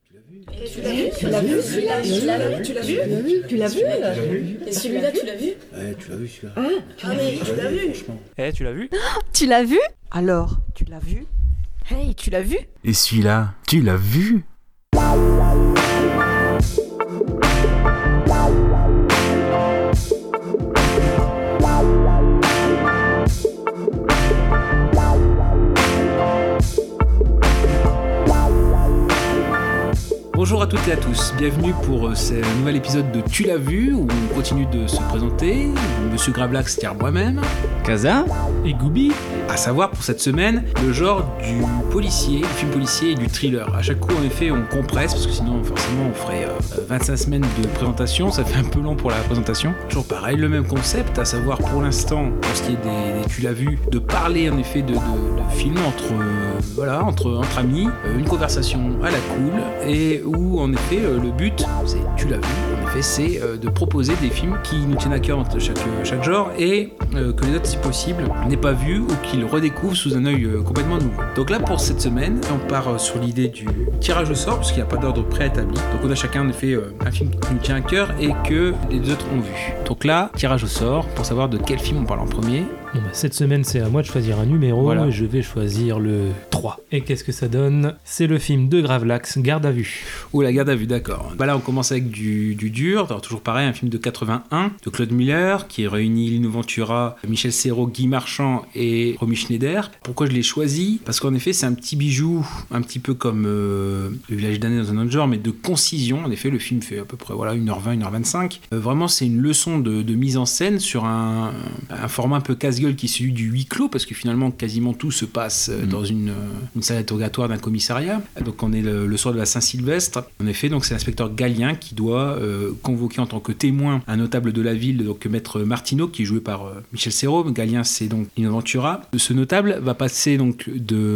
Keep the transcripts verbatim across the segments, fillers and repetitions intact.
Tu l'as vu ? Tu l'as vu celui-là ? Tu l'as vu ? Tu l'as vu ? Tu l'as vu ? Et celui-là, tu l'as vu ? Ouais, tu l'as vu celui-là. Ah, ah mais tu l'as vu ? Franchement. Eh, tu l'as vu ? Tu l'as vu ? Alors, tu l'as vu ? Hey, tu l'as vu ? Et celui-là, tu l'as vu ? Bonjour à toutes et à tous, bienvenue pour ce nouvel épisode de Tu l'as vu, où on continue de se présenter, Monsieur Gravelax, c'est-à-dire moi-même, Kaza et Goubi. à savoir pour cette semaine le genre du policier, du film policier et du thriller. À chaque coup, en effet, on compresse, parce que sinon, forcément, on ferait euh, vingt-cinq semaines de présentation, ça fait un peu long pour la présentation. Toujours pareil, le même concept, à savoir pour l'instant, pour ce qui est des, des Tu l'as vu, de parler en effet de, de, de films entre, euh, voilà, entre, entre amis, euh, une conversation à la cool, et où en effet euh, le but, c'est Tu l'as vu, en effet, c'est euh, de proposer des films qui nous tiennent à cœur entre chaque, chaque genre et euh, que les autres, si possible, n'aient pas vu ou qu'ils redécouvrent sous un œil euh, complètement nouveau. Donc là, pour cette semaine, on part euh, sur l'idée du tirage au sort, puisqu'il n'y a pas d'ordre préétabli. Donc on a chacun en effet euh, un film qui nous tient à cœur et que les autres ont vu. Donc là, tirage au sort, pour savoir de quel film on parle en premier. Bon bah, cette semaine, c'est à moi de choisir un numéro, Voilà. et je vais choisir le trois. Et qu'est-ce que ça donne ? C'est le film de Gravelax, Garde à vue. Oh, la garde à vue, d'accord. Bah là, on commence avec du, du dur. Alors, toujours pareil, un film de quatre-vingt-un de Claude Miller qui réunit Lino Ventura, Michel Serrault, Guy Marchand et Romy Schneider. Pourquoi je l'ai choisi ? Parce qu'en effet, c'est un petit bijou, un petit peu comme euh, Le Village damné dans un autre genre, mais de concision. En effet, le film fait à peu près voilà, une heure vingt, une heure vingt-cinq. Euh, vraiment, c'est une leçon de, de mise en scène sur un, un format un peu casse-gueule qui est celui du huis clos, parce que finalement, quasiment tout se passe euh, mmh. dans une, une salle d'interrogatoire d'un commissariat. Donc, on est le, le soir de la Saint-Sylvestre. En effet, donc c'est l'inspecteur Gallien qui doit euh, convoquer en tant que témoin un notable de la ville, donc maître Martineau, qui est joué par euh, Michel Serrault. Gallien, c'est donc Lino Ventura. Ce notable va passer donc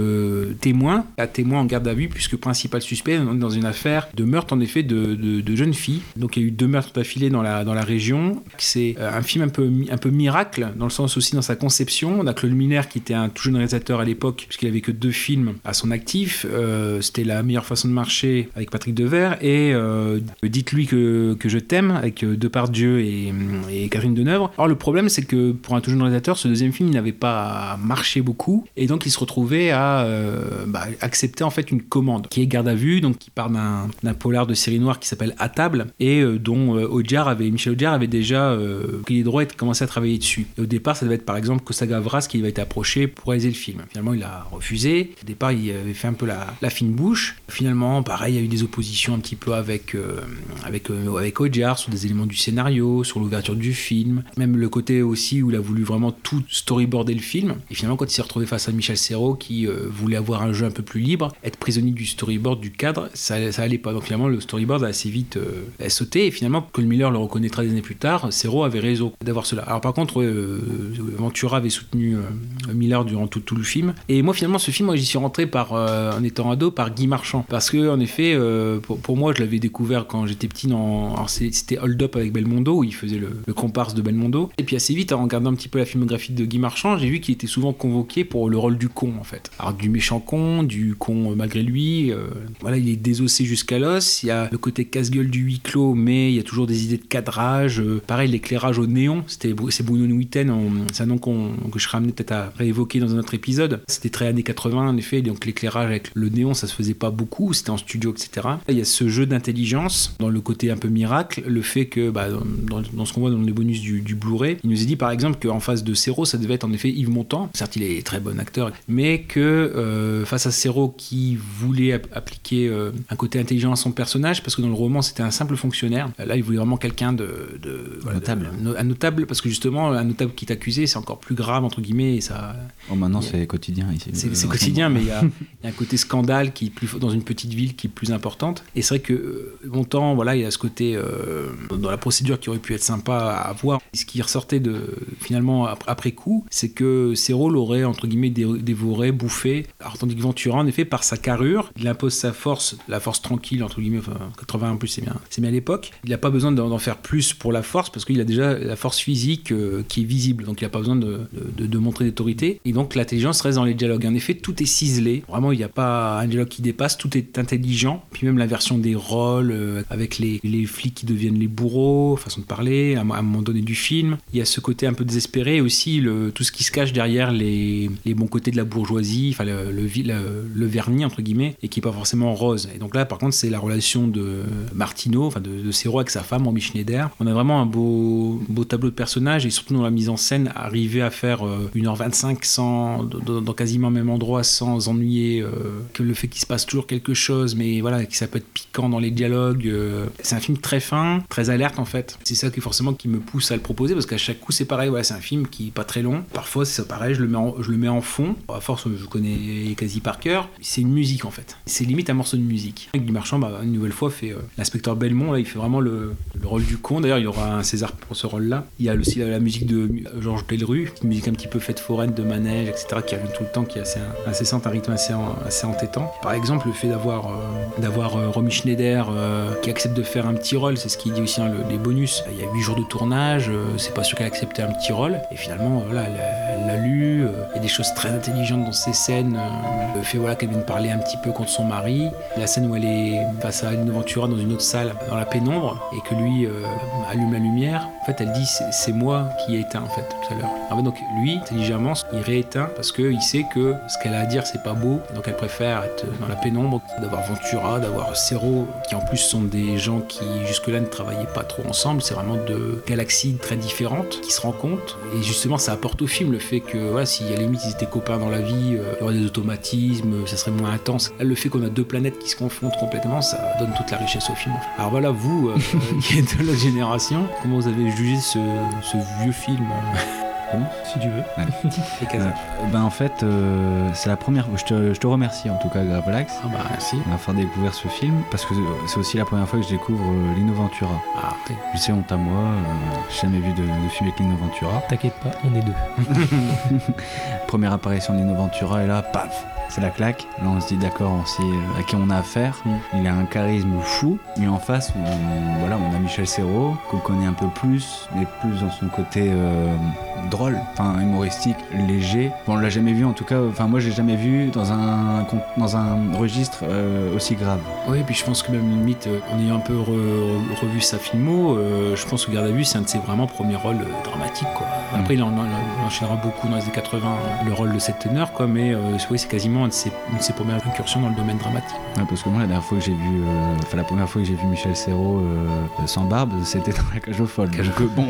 de témoin à témoin en garde à vue, puisque principal suspect on est dans une affaire de meurtre en effet de, de, de jeunes filles. Donc il y a eu deux meurtres d'affilée dans la, dans la région. C'est euh, un film un peu, un peu miracle, dans le sens aussi dans sa conception. On a Claude Miller qui était un tout jeune réalisateur à l'époque, puisqu'il avait que deux films à son actif. Euh, c'était La meilleure façon de marcher avec Patrick Devers et euh, Dites-lui que, que je t'aime avec Depardieu et, et Catherine Deneuve. Alors le problème, c'est que pour un tout jeune réalisateur, ce deuxième film il n'avait pas marché beaucoup et donc il se retrouvait à euh, bah, accepter en fait une commande qui est Garde à vue, donc qui part d'un, d'un polar de série noire qui s'appelle À table et euh, dont euh, Audiard avait, Michel Audiard avait déjà euh, pris les droits et commencé à travailler dessus. Et au départ, ça devait être par exemple Costa Gavras qui va être approché pour réaliser le film. Finalement, il a refusé. Au départ, il avait fait un peu la, la fine bouche. Finalement, pareil, il y a eu des oppositions un petit peu avec, euh, avec, euh, avec Audiard sur des éléments du scénario, sur l'ouverture du film, même le côté aussi où il a voulu vraiment tout storyboarder le film. Et finalement, quand il s'est retrouvé face à Michel Serrault qui euh, voulait avoir un jeu un peu plus libre, être prisonnier du storyboard, du cadre, ça, ça allait pas. Donc finalement, le storyboard a assez vite euh, sauté. Et finalement, Claude Miller le reconnaîtra des années plus tard, Serrault avait raison d'avoir cela. Alors par contre, euh, Ventura avait soutenu euh, Miller durant tout, tout le film. Et moi, finalement, ce film, moi, j'y suis rentré par, euh, en étant ado par Guy Marchand. Parce que, en effet, euh, pour, pour moi, je l'avais découvert quand j'étais petit. Dans, alors c'était Hold Up avec Belmondo, où il faisait le, le comparse de Belmondo. Et puis assez vite, en regardant un petit peu la filmographie de Guy Marchand, j'ai vu qu'il était souvent convoqué pour le rôle du con, en fait. Alors du méchant con, du con euh, malgré lui. Euh, voilà, il est désossé jusqu'à l'os. Il y a le côté casse-gueule du huis clos, mais il y a toujours des idées de cadrage. Euh, pareil, l'éclairage au néon. C'était, c'est Bruno Nuiten, on, c'est un nom qu'on, que je serais amené peut-être à réévoquer dans un autre épisode. C'était très années quatre-vingts, en effet. Donc l'éclairage avec le néon, ça se faisait pas beaucoup. C'était en studio, et cetera. Il y a ce jeu d'intelligence dans le côté un peu miracle, le fait que bah, dans, dans ce qu'on voit dans les bonus du, du Blu-ray, il nous a dit par exemple qu'en face de Serrault, ça devait être en effet Yves Montand. Certes, il est très bon acteur, mais que euh, face à Serrault qui voulait ap- appliquer euh, un côté intelligent à son personnage, parce que dans le roman, c'était un simple fonctionnaire. Là, il voulait vraiment quelqu'un de, de voilà, notable. De, un notable, parce que justement, un notable qui est accusé, c'est encore plus grave entre guillemets. Et ça, oh, maintenant, a, c'est quotidien ici. C'est, c'est quotidien, mais il y, a, il y a un côté scandale qui est plus dans une petite ville qui est plus importante. Et c'est vrai que euh, Montand, voilà, il y a ce côté euh, dans la procédure qui aurait pu être sympa à voir. Ce qui ressortait de finalement après coup, c'est que Serrault l'aurait entre guillemets dévoré, bouffé. Alors tandis que Ventura, en effet, par sa carrure, il impose sa force, la force tranquille entre guillemets. Enfin, quatre-vingts en plus, c'est bien, c'est bien à l'époque. Il n'a pas besoin d'en, d'en faire plus pour la force parce qu'il a déjà la force physique euh, qui est visible. Donc il n'a pas besoin besoin de, de, de montrer d'autorité. Et donc l'intelligence reste dans les dialogues. En effet, tout est ciselé. Vraiment, il n'y a pas un dialogue qui dépasse. Tout est intelligent. Puis même l'inversion des rôles, euh, avec les, les flics qui deviennent les bourreaux, façon de parler, à, à un moment donné du film. Il y a ce côté un peu désespéré et aussi le, tout ce qui se cache derrière les, les bons côtés de la bourgeoisie, enfin le, le, le, le vernis, entre guillemets, et qui n'est pas forcément rose. Et donc là, par contre, c'est la relation de Martino, enfin de, de Serrault avec sa femme, Romy Schneider. On a vraiment un beau, beau tableau de personnages et surtout dans la mise en scène, arriver à faire euh, une heure vingt-cinq sans, dans, dans quasiment le même endroit sans ennuyer, euh, que le fait qu'il se passe toujours quelque chose, mais voilà, que ça peut être piquant dans les dialogues. Euh, c'est un film très fin, très alerte en fait. C'est ça qui forcément qui me pousse à le proposer parce qu'à chaque coup c'est pareil, ouais, c'est un film qui est pas très long. Parfois c'est pareil, je le mets en, je le mets en fond. À force, je connais quasi par cœur. C'est une musique en fait. C'est limite un morceau de musique. Guy Marchand, bah, une nouvelle fois, fait euh, l'inspecteur Belmont. Là, il fait vraiment le, le rôle du con. D'ailleurs, il y aura un César pour ce rôle-là. Il y a aussi la, la musique de Georges Delru, une musique un petit peu fête foraine de manège, et cetera, qui revient tout le temps, qui est assez incessante, un rythme assez, assez entêtant. Par exemple, le fait d'avoir euh, d'avoir euh, Romy Schneider euh, qui accepte de faire un petit rôle, c'est ce qu'il dit aussi dans hein, les bonus. Il y a huit jours de tournage, euh, c'est pas sûr qu'elle acceptait un petit rôle. Et finalement, euh, voilà, elle l'a lu. Euh, il y a des choses très intelligentes dans ces scènes. Euh, le fait voilà, qu'elle vienne parler un petit peu contre son mari. La scène où elle est face à Lino Ventura dans une autre salle, dans la pénombre, et que lui euh, allume la lumière. En fait, elle dit c'est, c'est moi qui ai éteint en fait tout à l'heure. En fait, donc lui, intelligemment, il rééteint parce qu'il sait que ce qu'elle a à dire, c'est pas beau. Donc elle préfère être dans la pénombre, d'avoir Ventura, d'avoir Serrault, qui en plus sont des gens qui jusque-là ne travaillaient pas trop ensemble. C'est vraiment deux galaxies très différentes qui se rencontrent. Et justement, ça apporte au film le fait que voilà, si à la limite ils étaient copains dans la vie, euh, il y aurait des automatismes, ça serait moins intense. Là, le fait qu'on a deux planètes qui se confrontent complètement, ça donne toute la richesse au film. Alors voilà, vous, euh, qui êtes de l'autre génération, comment vous avez jugé ce, ce vieux film euh, si tu veux. Ouais. euh, ben en fait, euh, c'est la première fois. Je te, je te remercie en tout cas, Gravelax. Ah bah merci. On va faire découvrir ce film parce que c'est aussi la première fois que je découvre euh, Lino Ventura. Ah, okay. Je sais, honte à moi, euh, j'ai jamais vu de, de film avec Lino Ventura. T'inquiète pas, on est deux. Première apparition de Lino Ventura et là, paf, c'est la claque. Là, on se dit d'accord, on sait à qui on a affaire. Mm. Il a un charisme fou. Mais en face, on, voilà, on a Michel Serrault, qu'on connaît un peu plus, mais plus dans son côté euh, drôle, enfin humoristique, léger. Bon, on l'a jamais vu, en tout cas. Enfin, moi, j'ai jamais vu dans un dans un registre euh, aussi grave. Oui, et puis je pense que même limite, euh, en ayant un peu re, revu sa filmo, euh, je pense que Garde à vue, c'est un de ses vraiment premiers rôles euh, dramatiques, quoi. Après, mm. il, en, il enchaînera beaucoup dans les années quatre-vingts le rôle de cette teneur, quoi. Mais euh, oui, c'est quasiment une de, ses, une de ses premières incursions dans le domaine dramatique. Ouais, parce que moi, la dernière fois que j'ai vu, euh, enfin la première fois que j'ai vu Michel Serrault euh, sans barbe, c'était dans La Cage aux Folles. Donc euh, bon,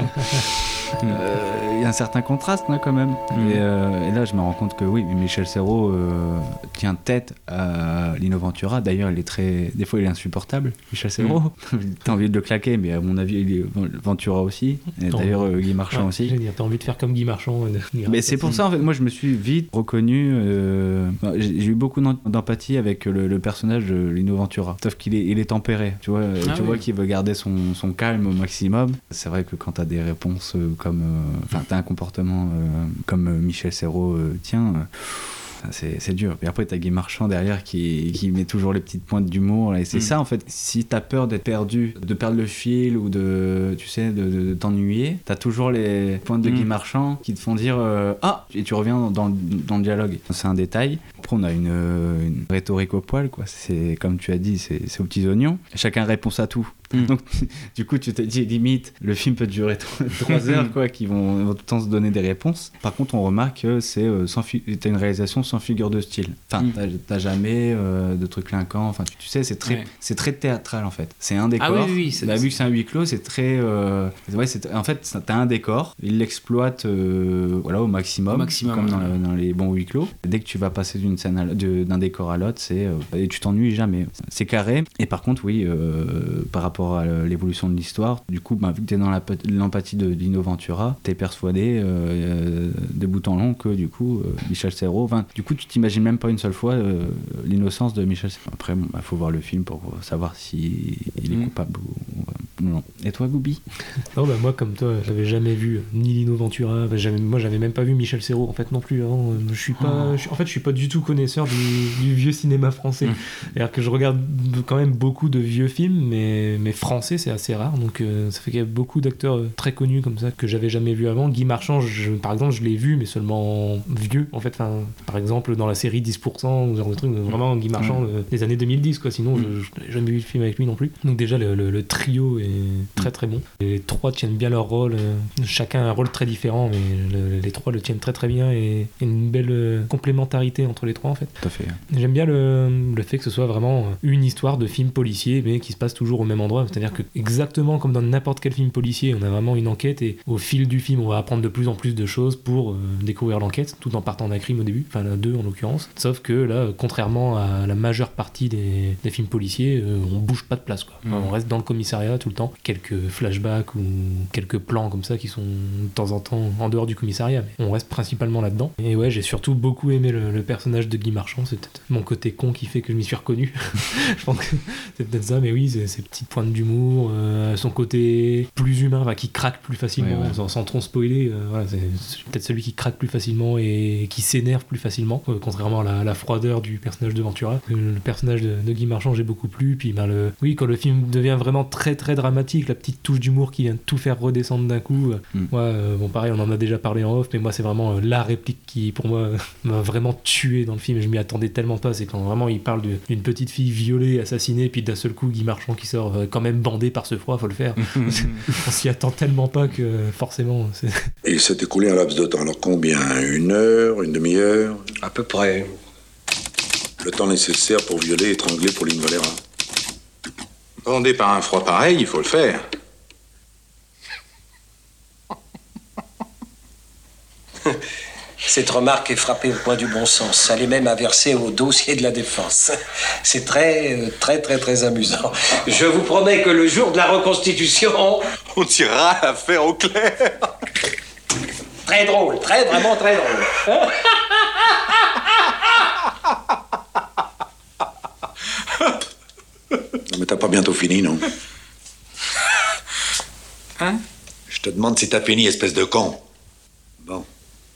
il euh, y a un certain contraste hein, quand même. Mm. Et, euh, et là, je me rends compte que oui, Michel Serrault euh, tient tête à Lino Ventura. D'ailleurs, il est très, des fois, il est insupportable, Michel Serrault. Mm. T'as envie de le claquer, mais à mon avis, il est Ventura aussi. Et T'en d'ailleurs, euh, Guy Marchand ouais, aussi. Je veux dire, t'as envie de faire comme Guy Marchand. Mais c'est pour ça, en fait, moi, je me suis vite reconnu. Euh, j'ai, j'ai eu beaucoup d'empathie avec le, le personnage de Lino Ventura. Sauf qu'il est, il est tempéré. Tu vois, ah tu oui. vois qu'il veut garder son, son calme au maximum. C'est vrai que quand t'as des réponses euh, comme, enfin, euh, t'as un comportement euh, comme Michel Serrault euh, tient. Euh, C'est, c'est dur. Et après, t'as Guy Marchand derrière qui, qui met toujours les petites pointes d'humour. Et c'est mmh. ça, en fait. Si t'as peur d'être perdu, de perdre le fil ou de, tu sais, de, de, de t'ennuyer, t'as toujours les pointes de mmh. Guy Marchand qui te font dire euh, ah, et tu reviens dans, dans, dans le dialogue. C'est un détail. Après, on a une, une rhétorique au poil, quoi. C'est, comme tu as dit, c'est, c'est aux petits oignons. Chacun répond à tout. Mmh. Donc, du coup, tu te dis, limite, le film peut durer trois heures, quoi, qui vont, vont tout le temps se donner des réponses. Par contre, on remarque que c'est, euh, sans fi- t'as une réalisation sans figure de style. Enfin, mmh. t'as, t'as jamais euh, de trucs clinquants. Enfin, tu, tu sais, c'est très, ouais. c'est très théâtral, en fait. C'est un décor. Ah oui, oui, c'est bah, vu que c'est un huis clos, c'est très... Euh, ouais, c'est, en fait, t'as un décor. Il l'exploite euh, voilà, au maximum, au maximum comme ouais. dans, la, dans les bons huis clos. Dès que tu vas passer d'une scène à, de, d'un décor à l'autre, c'est, euh, et tu t'ennuies jamais. C'est carré. Et par contre, oui, euh, par rapport à l'évolution de l'histoire, du coup, bah, vu que t'es dans la, l'empathie de Lino Ventura, t'es persuadé euh, de bout en long que du coup, euh, Michel Serrault, du coup, tu t'imagines même pas une seule fois euh, l'innocence de Michel Serrault. Après, il bon, bah, faut voir le film pour savoir s'il si est mmh. coupable ou, Non. Et toi, Goubi? Non, bah moi, comme toi, j'avais jamais vu ni Lino Ventura. Bah, j'avais, moi, j'avais même pas vu Michel Serrault, en fait, non plus. Hein. Je suis pas, oh. je, en fait, je suis pas du tout connaisseur du, du vieux cinéma français. Mmh. C'est-à-dire que je regarde quand même beaucoup de vieux films, mais, mais français, c'est assez rare. Donc, euh, ça fait qu'il y a beaucoup d'acteurs très connus comme ça que j'avais jamais vu avant. Guy Marchand, je, par exemple, je l'ai vu, mais seulement vieux. En fait, par exemple, dans la série dix pour cent, ou ce genre de truc, vraiment Guy Marchand mmh. euh, des années deux mille dix, quoi. Sinon, mmh. je, je n'ai jamais vu de film avec lui non plus. Donc, déjà, le, le, le trio est très très bon. Les trois tiennent bien leur rôle, euh, chacun a un rôle très différent, mais le, les trois le tiennent très très bien et, et une belle euh, complémentarité entre les trois en fait. Tout à fait. J'aime bien le, le fait que ce soit vraiment une histoire de film policier, mais qui se passe toujours au même endroit. C'est-à-dire que exactement comme dans n'importe quel film policier, on a vraiment une enquête et au fil du film, on va apprendre de plus en plus de choses pour euh, découvrir l'enquête, tout en partant d'un crime au début, enfin là, deux en l'occurrence. Sauf que là, contrairement à la majeure partie des, des films policiers, euh, on bouge pas de place, quoi. Enfin, mmh. On reste dans le commissariat tout le temps. Quelques flashbacks ou quelques plans comme ça qui sont de temps en temps en dehors du commissariat, mais on reste principalement là-dedans. Et ouais, j'ai surtout beaucoup aimé le, le personnage de Guy Marchand. C'est peut-être mon côté con qui fait que je m'y suis reconnu. Je pense que c'est peut-être ça, mais oui, c'est ces petites pointes d'humour, euh, son côté plus humain, enfin, qui craque plus facilement, ouais, ouais. Sans, sans trop spoiler. Euh, voilà, c'est, c'est peut-être celui qui craque plus facilement et qui s'énerve plus facilement, euh, contrairement à la, à la froideur du personnage de Ventura. Le, le personnage de, de Guy Marchand, j'ai beaucoup plu. Puis ben, le, oui, quand le film devient vraiment très très dramatique, la petite touche d'humour qui vient de tout faire redescendre d'un coup. Mm. Ouais, euh, bon, pareil, on en a déjà parlé en off, mais moi, c'est vraiment euh, la réplique qui, pour moi, m'a vraiment tué dans le film. Je m'y attendais tellement pas. C'est quand vraiment il parle de, d'une petite fille violée, assassinée, puis d'un seul coup, Guy Marchand qui sort euh, quand même bandé par ce froid, faut le faire. On s'y attend tellement pas que forcément. C'est... Et il s'est écoulé un laps de temps. Alors combien? Une heure? Une demi-heure? À peu près. Le temps nécessaire pour violer et étrangler Pauline Valera. Bandé par un froid pareil, il faut le faire. Cette remarque est frappée au coin du bon sens. Elle est même inversée au dossier de la défense. C'est très, très, très, très amusant. Je vous promets que le jour de la reconstitution... On tirera l'affaire au clair. Très drôle, très, vraiment très drôle. Non mais t'as pas bientôt fini, non? Hein? Je te demande si t'as fini, espèce de con. Bon.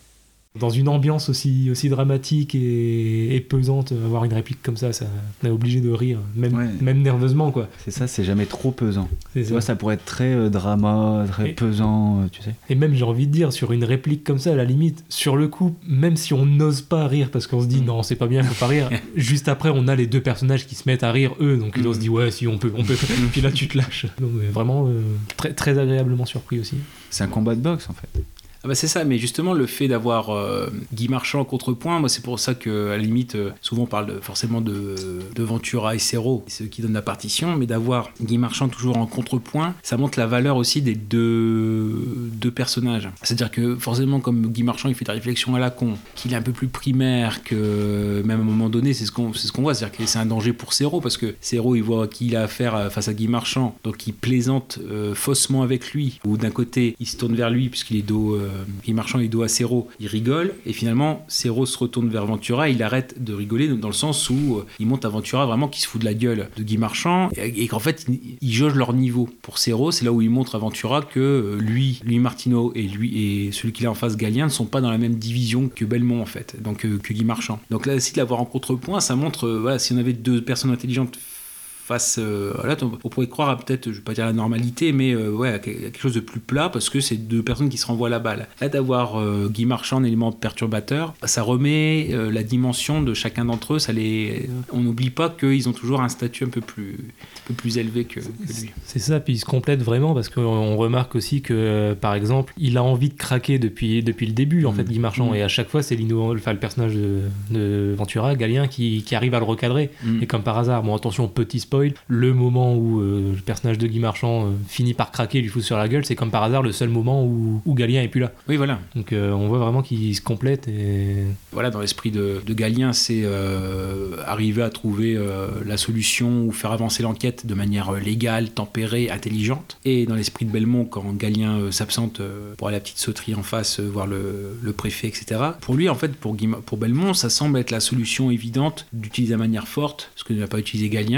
Dans une ambiance aussi, aussi dramatique et, et pesante, avoir une réplique comme ça, ça on est obligé de rire, même, ouais. même nerveusement, quoi. C'est ça, c'est jamais trop pesant. C'est tu ça. vois, ça pourrait être très euh, drama, très et, pesant, euh, tu sais. Et même, j'ai envie de dire, sur une réplique comme ça, à la limite, sur le coup, même si on n'ose pas rire parce qu'on se dit, non, c'est pas bien, faut pas rire, juste après, on a les deux personnages qui se mettent à rire, eux, donc on se dit, ouais, si, on peut, on peut. Puis là, tu te lâches. Donc, vraiment, euh, très, très agréablement surpris aussi. C'est un combat de boxe, en fait. Ah bah c'est ça, mais justement le fait d'avoir euh, Guy Marchand en contrepoint, moi c'est pour ça qu'à la limite, euh, souvent on parle de, forcément de, de Ventura et Serrault, c'est eux qui donnent la partition, mais d'avoir Guy Marchand toujours en contrepoint, ça montre la valeur aussi des deux, deux personnages. C'est-à-dire que forcément comme Guy Marchand il fait des réflexions à la con, qu'il est un peu plus primaire, que même à un moment donné c'est ce qu'on, c'est ce qu'on voit, c'est-à-dire que c'est un danger pour Serrault, parce que Serrault il voit qui il a affaire face à Guy Marchand, donc il plaisante euh, faussement avec lui, ou d'un côté il se tourne vers lui puisqu'il est dos... Euh, Guy Marchand est dos à Serrault, il rigole et finalement Serrault se retourne vers Ventura et il arrête de rigoler dans le sens où euh, il montre à Ventura vraiment qu'il se fout de la gueule de Guy Marchand et, et qu'en fait il, il jauge leur niveau. Pour Serrault, c'est là où il montre à Ventura que euh, lui, lui Martineau et lui et celui qu'il a en face Galien ne sont pas dans la même division que Belmont en fait, donc euh, que Guy Marchand. Donc là aussi de l'avoir en contrepoint, ça montre euh, voilà, si on avait deux personnes intelligentes face, euh, là, on pourrait croire à peut-être, je ne vais pas dire la normalité, mais euh, ouais, à quelque chose de plus plat, parce que c'est deux personnes qui se renvoient la balle. Là, d'avoir euh, Guy Marchand en élément perturbateur, ça remet euh, la dimension de chacun d'entre eux, ça les... on n'oublie pas qu'ils ont toujours un statut un peu plus, un peu plus élevé que, que lui. C'est ça, puis ils se complètent vraiment, parce qu'on remarque aussi que, euh, par exemple, il a envie de craquer depuis, depuis le début, en mmh. fait, Guy Marchand, mmh. et à chaque fois, c'est Lino, enfin, le personnage de, de Ventura, Galien, qui, qui arrive à le recadrer, mmh. et comme par hasard, bon, attention, petit spoil, le moment où euh, le personnage de Guy Marchand euh, finit par craquer, lui fout sur la gueule, c'est comme par hasard le seul moment où, où Galien est plus là. Oui, voilà. Donc euh, on voit vraiment qu'il se complète. Et... Voilà, dans l'esprit de, de Galien, c'est euh, arriver à trouver euh, la solution ou faire avancer l'enquête de manière légale, tempérée, intelligente. Et dans l'esprit de Belmont, quand Galien euh, s'absente euh, pour aller à la petite sauterie en face, euh, voir le, le préfet, et cetera. Pour lui, en fait, pour, Guy, pour Belmont, ça semble être la solution évidente d'utiliser la manière forte, ce que n'a pas utilisé Galien, pour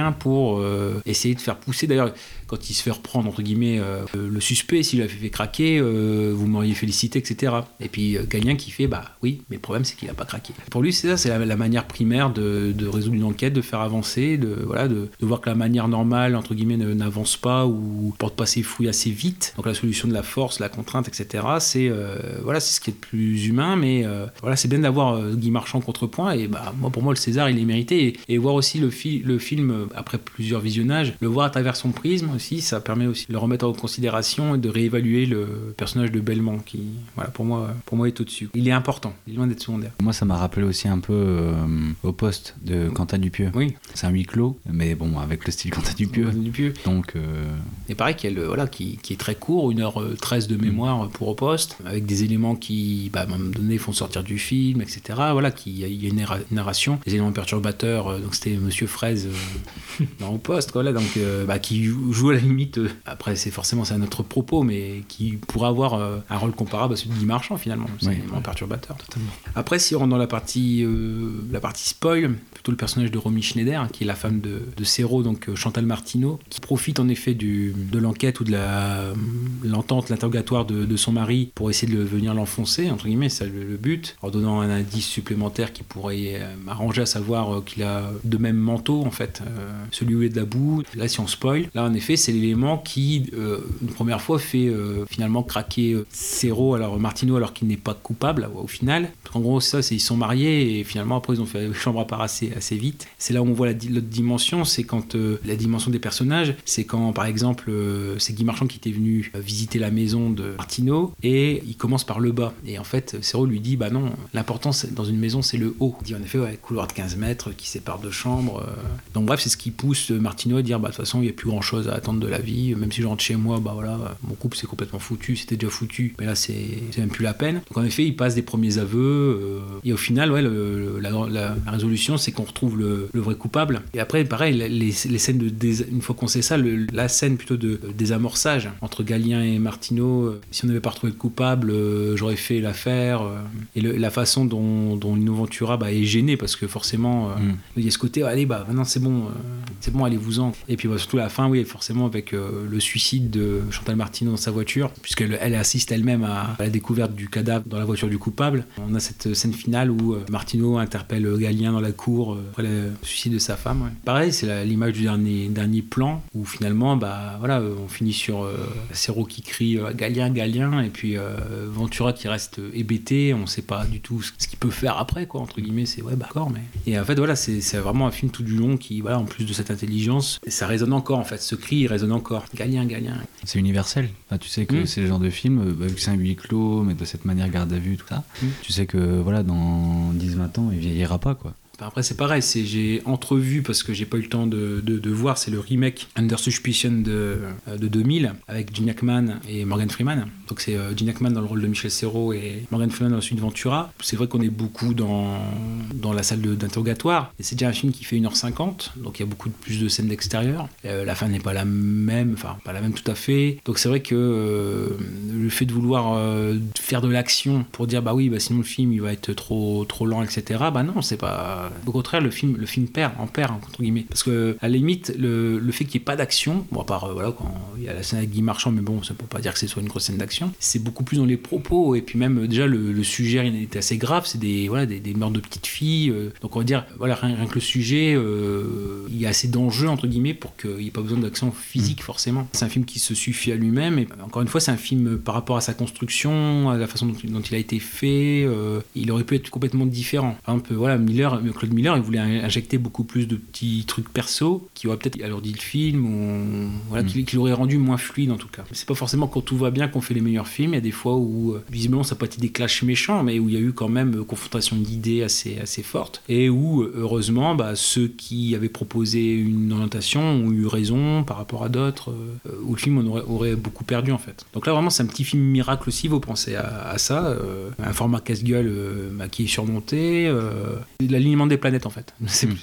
pour euh, essayer de faire pousser. D'ailleurs, quand il se fait reprendre, entre guillemets, euh, le suspect, s'il l'avait fait craquer, euh, vous m'auriez félicité, et cetera. Et puis euh, Gagnon qui fait, bah oui, mais le problème c'est qu'il n'a pas craqué. Pour lui, c'est ça, c'est la, la manière primaire de, de résoudre une enquête, de faire avancer, de, voilà, de, de voir que la manière normale, entre guillemets, ne, n'avance pas ou porte pas ses fouilles assez vite. Donc la solution de la force, la contrainte, et cetera, c'est, euh, voilà, c'est ce qui est le plus humain, mais euh, voilà, c'est bien d'avoir euh, Guy Marchand contrepoint, et bah, moi, pour moi, le César, il est mérité. Et, et voir aussi le, fi- le film, euh, après plusieurs visionnages, le voir à travers son prisme aussi, ça permet aussi de le remettre en considération et de réévaluer le personnage de Belmont qui, voilà, pour moi, pour moi est au-dessus. Il est important, il est loin d'être secondaire. Moi, ça m'a rappelé aussi un peu euh, Au poste de Quentin Dupieux. Oui. C'est un huis clos, mais bon, avec le style Quentin Dupieux. Quentin Dupieux. Donc, euh... et pareil, qui, le, voilà, qui, qui est très court, une heure treize de mémoire pour Au poste, avec des éléments qui, bah, à un moment donné, font sortir du film, et cetera. Voilà, qui, il y a une, narra- une narration, des éléments perturbateurs. Euh, donc c'était Monsieur Fraise euh, dans Au poste, quoi, là, donc euh, bah, qui joue à la limite. Euh, après, c'est forcément c'est un autre propos, mais qui pourrait avoir euh, un rôle comparable à celui de Guy Marchand finalement. C'est oui, un élément oui. perturbateur. Totalement. Après, si on rentre dans la partie, euh, la partie spoil, plutôt le personnage de Romy Schneider, hein, qui est la femme de, de Serrault, donc euh, Chantal Martineau, qui profite en effet du, de l'enquête ou de la, l'entente, l'interrogatoire de, de son mari pour essayer de le, venir l'enfoncer, entre guillemets, c'est le, le but, en donnant un indice supplémentaire qui pourrait euh, m'arranger à savoir euh, qu'il a de même manteau, en fait, euh, celui où il est de la boue. Là, si on spoil, là, en effet, c'est l'élément qui, euh, une première fois, fait euh, finalement craquer euh, Serrault, alors Martineau, alors qu'il n'est pas coupable, au final. Parce qu'en gros, ça, c'est ils sont mariés et finalement, après, ils ont fait chambre à part assez, assez vite. C'est là où on voit la, l'autre dimension, c'est quand euh, la dimension des personnages, c'est quand, par exemple, euh, c'est Guy Marchand qui était venu euh, visiter la maison de Martineau et il commence par le bas. Et en fait, Serrault lui dit, bah non, l'important c'est, dans une maison, c'est le haut. Il dit, en effet, ouais, couloir de quinze mètres qui sépare deux chambres. Euh... Donc bref, c'est ce qui pousse Martineau à dire, bah de toute façon, il n'y a plus grand chose à attendre de la vie. Même si je rentre chez moi, bah voilà, mon couple c'est complètement foutu, c'était déjà foutu, mais là c'est, c'est même plus la peine. Donc en effet, il passe des premiers aveux euh, et au final, ouais, le, la, la, la résolution, c'est qu'on retrouve le, le vrai coupable. Et après, pareil, les, les scènes de dés... une fois qu'on sait ça, le, la scène plutôt de désamorçage entre Gallien et Martineau. Euh, si on n'avait pas retrouvé le coupable, euh, j'aurais fait l'affaire. Euh, et le, la façon dont, dont Lino Ventura bah, est gêné parce que forcément, euh, mm. il y a ce côté, allez, bah maintenant c'est bon, euh, c'est bon, allez-vous-en. Et puis bah, surtout la fin, oui, forcément avec euh, le suicide de Chantal Martineau dans sa voiture, puisqu'elle elle assiste elle-même à, à la découverte du cadavre dans la voiture du coupable. On a cette scène finale où euh, Martineau interpelle Gallien dans la cour euh, après le suicide de sa femme. Ouais. Pareil, c'est la, l'image du dernier, dernier plan où finalement, bah voilà, on finit sur euh, Serrault qui crie euh, Gallien, Gallien, et puis euh, Ventura qui reste hébété. On sait pas du tout ce, ce qu'il peut faire après, quoi, entre guillemets. C'est ouais, bah, d'accord, mais. Et en fait, voilà, c'est, c'est vraiment un film tout du long qui, voilà, en plus de cette intelligence, ça résonne encore, en fait. Ce cri, il résonne encore. Gallien, Gallien. C'est universel. Enfin, tu sais que mmh. c'est le genre de film, bah, vu que c'est un huis clos, mais de cette manière garde à vue, tout ça, mmh. tu sais que, voilà, dans dix vingt ans, il vieillira pas, quoi. Après, c'est pareil, c'est, j'ai entrevu, parce que j'ai pas eu le temps de, de, de voir, c'est le remake Under Suspicion de, de deux mille, avec Gene Hackman et Morgan Freeman. Donc c'est euh, Gene Hackman dans le rôle de Michel Serrault et Morgan Freeman dans celui de Ventura. C'est vrai qu'on est beaucoup dans, dans la salle de, d'interrogatoire, et c'est déjà un film qui fait une heure cinquante, donc il y a beaucoup de, plus de scènes d'extérieur. Euh, la fin n'est pas la même, enfin pas la même tout à fait. Donc c'est vrai que euh, le fait de vouloir euh, faire de l'action pour dire bah oui, bah sinon le film il va être trop, trop lent, et cetera. Bah non, c'est pas... Au contraire, le film, le film perd, en perd, entre guillemets. Parce que, à la limite, le, le fait qu'il n'y ait pas d'action, bon, à part, euh, voilà, quand il y a la scène avec Guy Marchand, mais bon, ça ne peut pas dire que ce soit une grosse scène d'action, c'est beaucoup plus dans les propos, et puis même, déjà, le, le sujet, il était assez grave, c'est des, voilà, des, des meurtres de petites filles, euh, donc on va dire, voilà, rien, rien que le sujet, euh, il y a assez d'enjeux, entre guillemets, pour qu'il n'y ait pas besoin d'action physique, forcément. C'est un film qui se suffit à lui-même, et encore une fois, c'est un film par rapport à sa construction, à la façon dont, dont il a été fait, euh, il aurait pu être complètement différent. Par exemple, voilà, Miller, Claude Miller, il voulait injecter beaucoup plus de petits trucs perso qui auraient peut-être alourdi le film ou voilà, mmh. qui, qui l'auraient rendu moins fluide en tout cas. C'est pas forcément quand tout va bien qu'on fait les meilleurs films, il y a des fois où euh, visiblement ça n'a pas été des clashs méchants, mais où il y a eu quand même euh, confrontation d'idées assez, assez forte et où euh, heureusement bah, ceux qui avaient proposé une orientation ont eu raison par rapport à d'autres, euh, où le film on aurait, aurait beaucoup perdu en fait. Donc là vraiment c'est un petit film miracle aussi, vous pensez à, à ça, euh, un format casse-gueule euh, bah, qui est surmonté, euh, l'alignement des planètes en fait, c'est mmh. plus ça.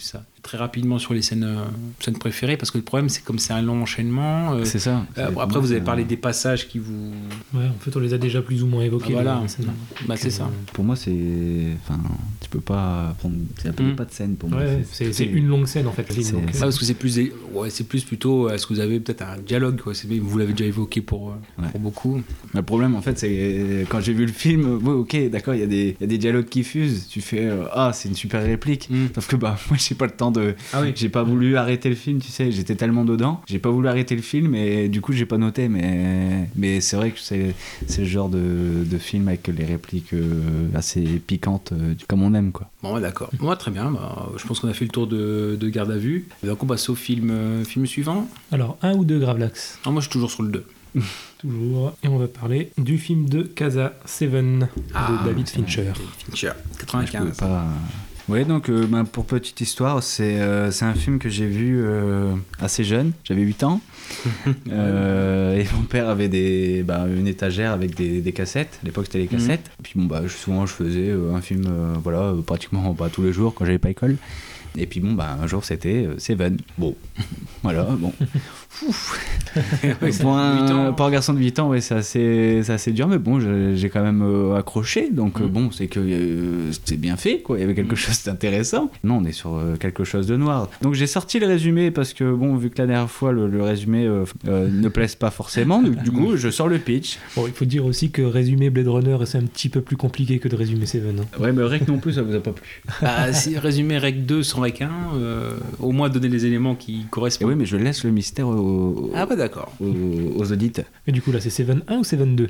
très rapidement sur les scènes, euh, scènes préférées, parce que le problème, c'est comme c'est un long enchaînement. Euh, c'est ça. Euh, c'est après, vous avez parlé des passages qui vous. Ouais, en fait, on les a déjà plus ou moins évoqués. Ah, voilà, les- bah, c'est ça. Pour moi, c'est. Enfin, tu peux pas prendre. C'est un peu Mm. pas de scène pour moi. Ouais, c'est, c'est une longue scène en fait. le film, C'est- donc, Ah, parce que c'est plus, des- ouais, c'est plus plutôt. Est-ce que vous avez peut-être un dialogue, quoi. C'est, vous l'avez déjà évoqué pour, euh, Ouais. pour beaucoup. Le problème, en fait, c'est quand j'ai vu le film, ouais, ok, d'accord, il y, a des- il y a des dialogues qui fusent. Tu fais, euh, ah, c'est une super réplique. Mm. Sauf que, bah, moi, j'ai pas le temps de. Ah oui. J'ai pas voulu arrêter le film, tu sais, j'étais tellement dedans. J'ai pas voulu arrêter le film et du coup, j'ai pas noté. Mais, mais c'est vrai que c'est, c'est le genre de, de film avec les répliques euh, assez piquantes, euh, comme on aime, quoi. Bon, ouais, d'accord. Moi, très bien. Bah, je pense qu'on a fait le tour de, de Garde à vue. Donc, on passe au film, euh, film suivant. Alors, un ou deux Gravelax. Ah, moi, je suis toujours sur le deux. Toujours. Et on va parler du film de Casa Seven Ah, de David Fincher. Fincher, Je quatre-vingt-quinze. pouvais pas. Ouais, donc euh, ben, pour petite histoire, c'est, euh, c'est un film que j'ai vu euh, assez jeune, j'avais huit ans. Euh, et mon père avait des, bah, une étagère avec des, des cassettes, à l'époque c'était les cassettes. Et puis bon, bah, je- souvent je faisais euh, un film euh, voilà, euh, pratiquement pas tous les jours quand j'avais pas école. Et puis bon, bah, un jour c'était euh, Seven. Bon, voilà, bon. Ouais, c'est pour, un, huit ans. pour un garçon de huit ans, ouais, c'est assez, c'est assez dur, mais bon, j'ai, j'ai quand même euh, accroché. Donc, euh, Mm. bon, c'est que euh, c'était bien fait, quoi. Il y avait quelque chose d'intéressant. Non, on est sur euh, quelque chose de noir. Donc, j'ai sorti le résumé parce que, bon, vu que la dernière fois, le, le résumé euh, euh, ne plaise pas forcément, donc, du coup, je sors le pitch. Bon, il faut dire aussi que résumer Blade Runner, c'est un petit peu plus compliqué que de résumer Seven. hein. Ouais, mais Rec non plus, ça vous a pas plu. Bah, si résumer Rec deux sans Rec un, euh, au moins donner les éléments qui Et correspondent. oui, mais je laisse le mystère aux, Ah, bah d'accord. aux, aux auditeurs. Et du coup, là, c'est Seven un ou Seven deux?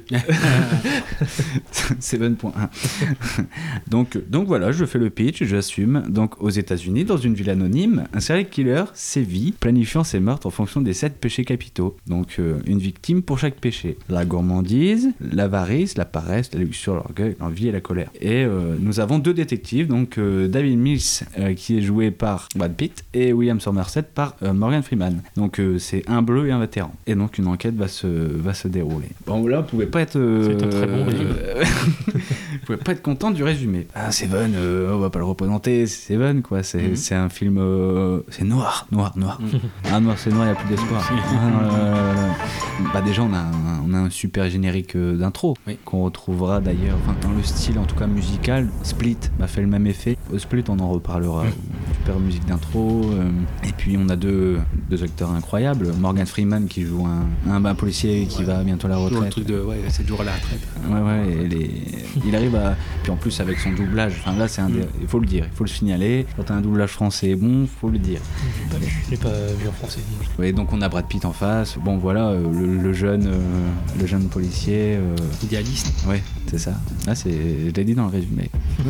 sept point un. donc, donc voilà, je fais le pitch, j'assume. Donc aux États-Unis, dans une ville anonyme, un serial killer sévit, planifiant ses meurtres en fonction des sept péchés capitaux. Donc euh, une victime pour chaque péché. La gourmandise, l'avarice, la paresse, la luxure, l'orgueil, l'envie et la colère. Et euh, nous avons deux détectives, donc euh, David Mills euh, qui est joué par Brad Pitt et William Somerset par euh, Morgan Freeman. Donc euh, c'est un bleu et un vétéran. Et donc une enquête va se, va se dérouler. Bon là, vous pouvez pas être... euh, C'est un très bon résumé. euh, vous pouvez pas être content du résumé. Ah, Seven, euh, on va pas le représenter, c'est Seven, quoi. C'est, Mhm. c'est un film... euh, c'est noir, noir, noir. Ah, noir, c'est noir, il n'y a plus d'espoir. Ah, euh, bah déjà, on a un, on a un super générique euh, d'intro, Oui. qu'on retrouvera d'ailleurs, enfin, dans le style, en tout cas musical. Split m'a fait le même effet. Au Split, on en reparlera. Super musique d'intro. euh, et puis, on a deux, deux acteurs incroyables. Morgan Freeman qui joue un, un, un policier qui va bientôt à la Toujours le retraite. truc de. Ouais, c'est toujours à la retraite. Ouais, ouais, et les- il arrive à. Puis en plus, avec son doublage, enfin là, c'est un. des- Il faut le dire, il faut le signaler. Quand t'as un doublage français bon, faut le dire. Je l'ai pas vu en français. Ouais, donc on a Brad Pitt en face. Bon, voilà, euh, le, le jeune, euh, le jeune policier. euh, Idéaliste. Ouais, c'est ça. Là, c'est. Je l'ai dit dans le résumé.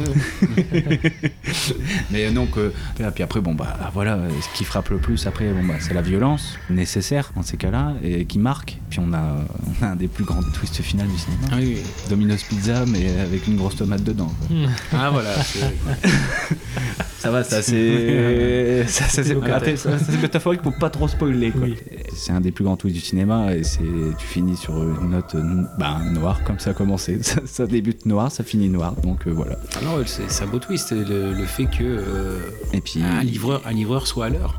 Mais donc, euh, et puis après, bon, bah voilà, ce qui frappe le plus après, bon, bah, c'est la violence nécessaire dans ces cas-là et qui marque. Puis on a, on a un des plus grands twists finales du cinéma. Ah oui, oui. Domino's Pizza, mais avec une grosse tomate dedans. quoi. Ah voilà. c'est- Ça va, ça c'est. ça, ça, c'est locataire. raté, ça, c'est métaphorique pour pas trop spoiler. Quoi. Oui. C'est un des plus grands twists du cinéma et c'est, tu finis sur une note euh, bah, noire, comme ça a commencé. Ça, ça débute noir, ça finit noir, donc euh, voilà. Ah non, c'est, c'est un beau twist, le, le fait que euh, Et puis, un, livreur, un livreur soit à l'heure.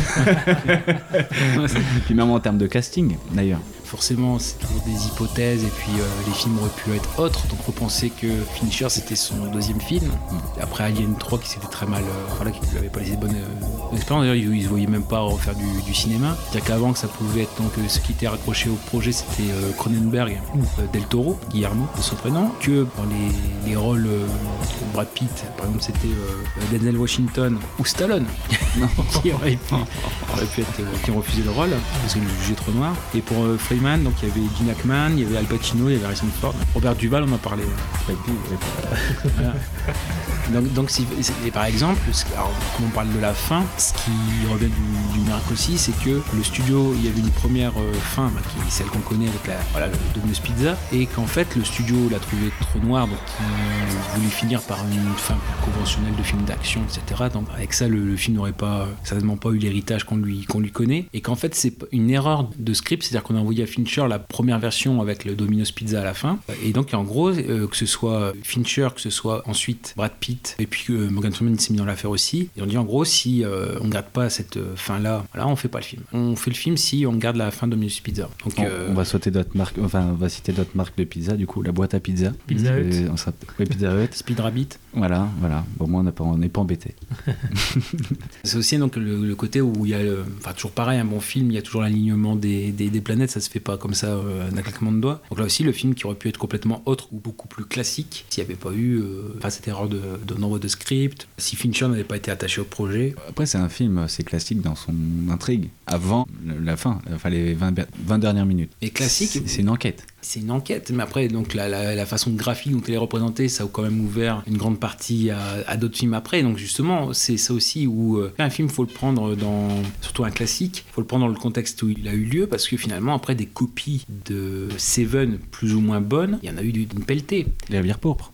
puis même en termes de casting, d'ailleurs. Forcément, c'est toujours des hypothèses et puis euh, les films auraient pu être autres. Donc, faut penser que Fincher, c'était son deuxième film. Après Alien trois, qui s'était très mal, euh, voilà, qui n'avait pas laissé de bonnes euh, expériences. D'ailleurs, il, il se voyait même pas refaire du, du cinéma. C'est-à-dire qu'avant que ça pouvait être, donc, euh, ce qui était raccroché au projet, c'était euh, Cronenberg ou euh, Del Toro, Guillermo, de son prénom. Que dans les, les rôles euh, Brad Pitt, par exemple, c'était euh, Denzel Washington ou Stallone, qui aurait pu, aurait pu être, euh, qui ont refusé le rôle parce qu'ils le jugeaient trop noir. Et pour euh, Freeman, donc il y avait Gene Hackman, il y avait Al Pacino, il y avait Harrison Ford, Robert Duvall, on en parlait. Voilà. Donc, donc si, et par exemple, ce- alors, comme on parle de la fin, ce qui revient du, du miracle aussi, c'est que le studio, il y avait une première euh, fin, bah, qui est celle qu'on connaît avec la, voilà, le Domino's Pizza, et qu'en fait le studio l'a trouvé trop noir, donc il voulait finir par une fin conventionnelle de film d'action, et cetera. Donc avec ça, le, le film n'aurait pas pas, certainement pas eu l'héritage qu'on lui, qu'on lui connaît, et qu'en fait c'est une erreur de script, c'est-à-dire qu'on a envoyé à Fincher la première version avec le Domino's Pizza à la fin, et donc en gros, euh, que ce soit Fincher, que ce soit ensuite Brad Pitt, et puis euh, Morgan Freeman s'est mis dans l'affaire aussi, et on dit en gros, si euh, on garde pas cette euh, fin-là, voilà, on fait pas le film. On fait le film si on garde la fin de Domino's Pizza. Donc, on, euh, on va sauter d'autres marques, enfin on va citer d'autres marques de pizza, du coup, la boîte à pizza. Pizza Hut. On sera... ouais, Pizza Hut. Speed Rabbit. Voilà, voilà. Bon, moi, on n'est pas, pas embêté. C'est aussi donc le, le côté où il y a, le, enfin toujours pareil, un bon film, il y a toujours l'alignement des, des, des planètes, ça se fait pas comme ça euh, d'un claquement de doigts. Donc là aussi, le film qui aurait pu être complètement autre ou beaucoup plus classique, s'il n'y avait pas eu, euh, enfin cette erreur de, de nombre de script, si Fincher n'avait pas été attaché au projet. Après, c'est un film assez classique dans son intrigue, avant la fin, enfin les vingt, vingt dernières minutes. Et classique. C'est, c'est une enquête. C'est une enquête, mais après, donc la, la, la façon graphique dont elle est représentée, ça a quand même ouvert une grande partie à, à d'autres films après. Donc justement, c'est ça aussi où euh, un film, faut le prendre dans, surtout un classique, faut le prendre dans le contexte où il a eu lieu, parce que finalement, après des copies de Seven plus ou moins bonnes, il y en a eu d'une pelletée. Les rivières pourpres.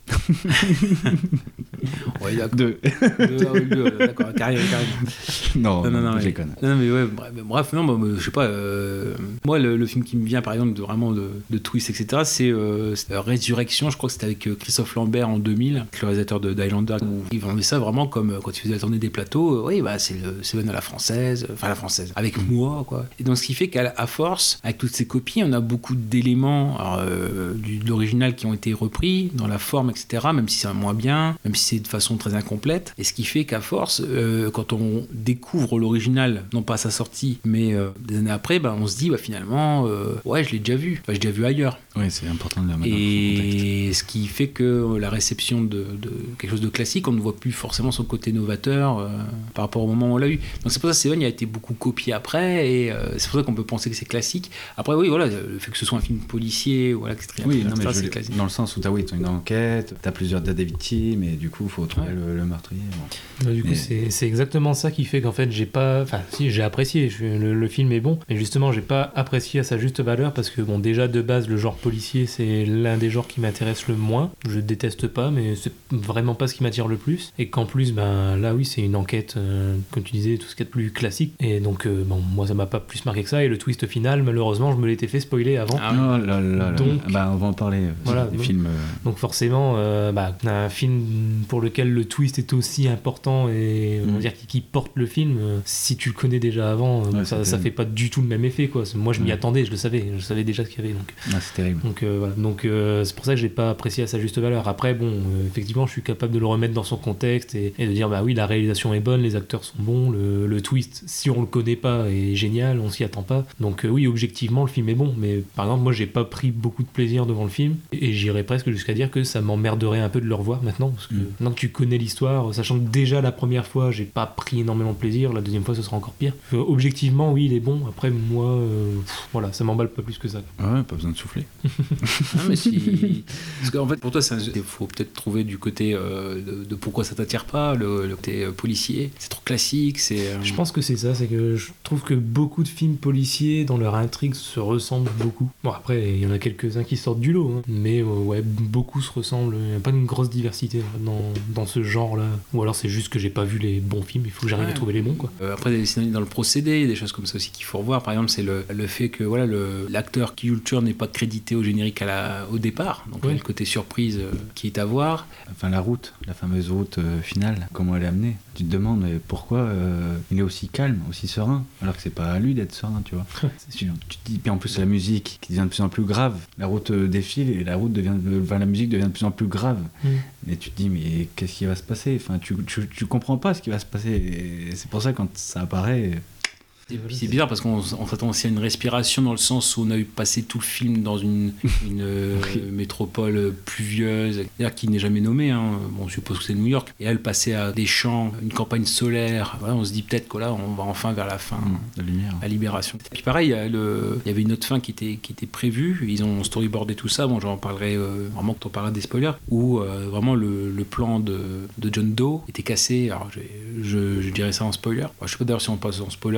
Ouais, d'accord. Deux. Deux, ah oui, deux, d'accord, carrément, carrément. Non, non, non, non, je mais, déconne. Non, mais ouais, bref, bref non, bah, je sais pas. Euh, moi, le, le film qui me vient, par exemple, de vraiment de, de twist, et cetera, c'est, euh, c'est Résurrection. Je crois que c'était avec Christophe Lambert en deux mille, le réalisateur de d'Highlander, où il vendait ça vraiment comme quand il faisait tourner des plateaux. Euh, oui, bah c'est le Seven à la française, enfin la française, avec moi, quoi. Et donc, ce qui fait qu'à à force, avec toutes ces copies, on a beaucoup d'éléments alors, euh, du, de l'original qui ont été repris dans la forme, et cetera. Même si c'est moins bien, même si c'est de façon très incomplète. Et ce qui fait qu'à force, euh, quand on découvre l'original, non pas à sa sortie, mais euh, des années après, bah, on se dit bah, finalement, euh, ouais, je l'ai déjà vu. Enfin, j'ai déjà vu ailleurs. Oui, c'est important de le remettre dans Et son contexte. ce qui fait que la réception de, de quelque chose de classique, on ne voit plus forcément son côté novateur euh, par rapport au moment où on l'a eu. Donc c'est pour ça que Seven, il a été beaucoup copié après, et euh, c'est pour ça qu'on peut penser que c'est classique. Après, oui, voilà, le fait que ce soit un film policier, voilà, que c'est très oui, très non, mais ça, je c'est veux- classique. dans le sens où t'as oui, t'as une enquête, t'as plusieurs dates des victimes, et du coup, il faut trouver Ouais. le, le meurtrier. Bon. Bah, du coup, Mais- c'est, c'est exactement ça qui fait qu'en fait, j'ai pas. Enfin, si, j'ai apprécié. Je- le, le film est bon, mais justement, j'ai pas apprécié à sa juste valeur parce que, bon, déjà de base, le genre policier, c'est l'un des genres qui m'intéresse le moins. Je déteste pas, mais c'est vraiment pas ce qui m'attire le plus. Et qu'en plus, ben là, oui, c'est une enquête, euh, comme tu disais, tout ce qui est de plus classique. Et donc, euh, bon, moi, ça m'a pas plus marqué que ça. Et le twist final, malheureusement, je me l'étais fait spoiler avant. Ah, oui. Oh là là là. Donc- Ah bah, on va en parler. euh, Voilà, des donc- films. euh, Donc forcément, euh, bah, un film pour lequel le twist est aussi important et on va Mm. dire qui, qui porte le film, euh, si tu le connais déjà avant, euh, Ouais, ça, c'est ça terrible. fait pas du tout le même effet, quoi. Moi, je m'y Ouais. attendais, je le savais, je savais déjà ce qu'il y avait. Donc, Ah, c'est terrible. donc euh, voilà. Donc euh, c'est pour ça que je l'ai pas apprécié à sa juste valeur. Après, bon, euh, effectivement, je suis capable de le remettre dans son contexte et, et de dire, bah oui, la réalisation est bonne, les acteurs sont bons, le, le twist, si on le connaît pas, est génial, on s'y attend pas. Donc euh, oui, objectivement, le film est bon, mais par exemple, moi, j'ai pas pris beaucoup de plaisir devant le film et, et j'irais presque jusqu'à dire que ça m'emmerderait un peu de le revoir maintenant, parce que Mm. maintenant que tu connais l'histoire, sachant que déjà la première fois, j'ai pas pris énormément de plaisir, la deuxième fois, ce sera encore pire. Euh, objectivement, oui, il est bon. Après, moi, euh, pff, voilà, ça m'emballe pas plus que ça. Ouais, pas besoin de souffler. Non, mais si... Parce qu'en fait, pour toi, il faut peut-être trouver du côté euh, de, de pourquoi ça t'attire pas, le, le côté euh, policier. C'est trop classique, c'est... euh, Je pense que c'est ça, c'est que je trouve que beaucoup de films policiers, dans leur intrigue, se ressemblent beaucoup. Bon, après, il y en a quelques-uns qui sortent du lot, hein, mais euh, ouais, beaucoup se ressemblent. Il n'y a pas une grosse diversité dans, dans ce genre-là. Ou alors c'est juste que j'ai pas vu les bons films, il faut que j'arrive Ouais. à trouver les bons, quoi. Euh, après, sinon, dans le procédé, il y a des choses comme ça aussi qu'il faut revoir. Par exemple, c'est le, le fait que voilà, le, l'acteur Culture n'est pas crédité au générique à la, au départ. Donc, Ouais. il y a le côté surprise euh, qui est à voir. Enfin, la route, la fameuse route euh, finale, comment elle est amenée. Tu te demandes mais pourquoi euh, il est aussi calme, aussi serein, alors que c'est pas à lui d'être serein, tu vois. C'est Tu, sûr. tu te dis, puis en plus la musique qui devient de plus en plus grave. La route euh, défile et la route devient, euh, enfin, la musique devient de plus en plus grave. Mm. Et tu te dis mais qu'est-ce qui va se passer. Enfin, tu, tu, tu comprends pas ce qui va se passer. Et c'est pour ça quand ça apparaît. Et puis c'est bizarre parce qu'on on s'attend aussi à une respiration dans le sens où on a eu passé tout le film dans une, une euh, Oui. métropole pluvieuse, d'ailleurs qui n'est jamais nommée, hein. Bon, je suppose que c'est New York, et elle passait à des champs, une campagne solaire. Voilà, on se dit peut-être que là on va enfin vers la fin, Hum, la lumière. la libération. Et puis pareil, il y, a le- il y avait une autre fin qui était, qui était prévue, ils ont storyboardé tout ça, bon j'en parlerai euh, vraiment quand on parlera des spoilers, où euh, vraiment le, le plan de, de John Doe était cassé, alors je, je, je dirais ça en spoiler. Enfin, je sais pas d'ailleurs si on passe en spoiler, si on a encore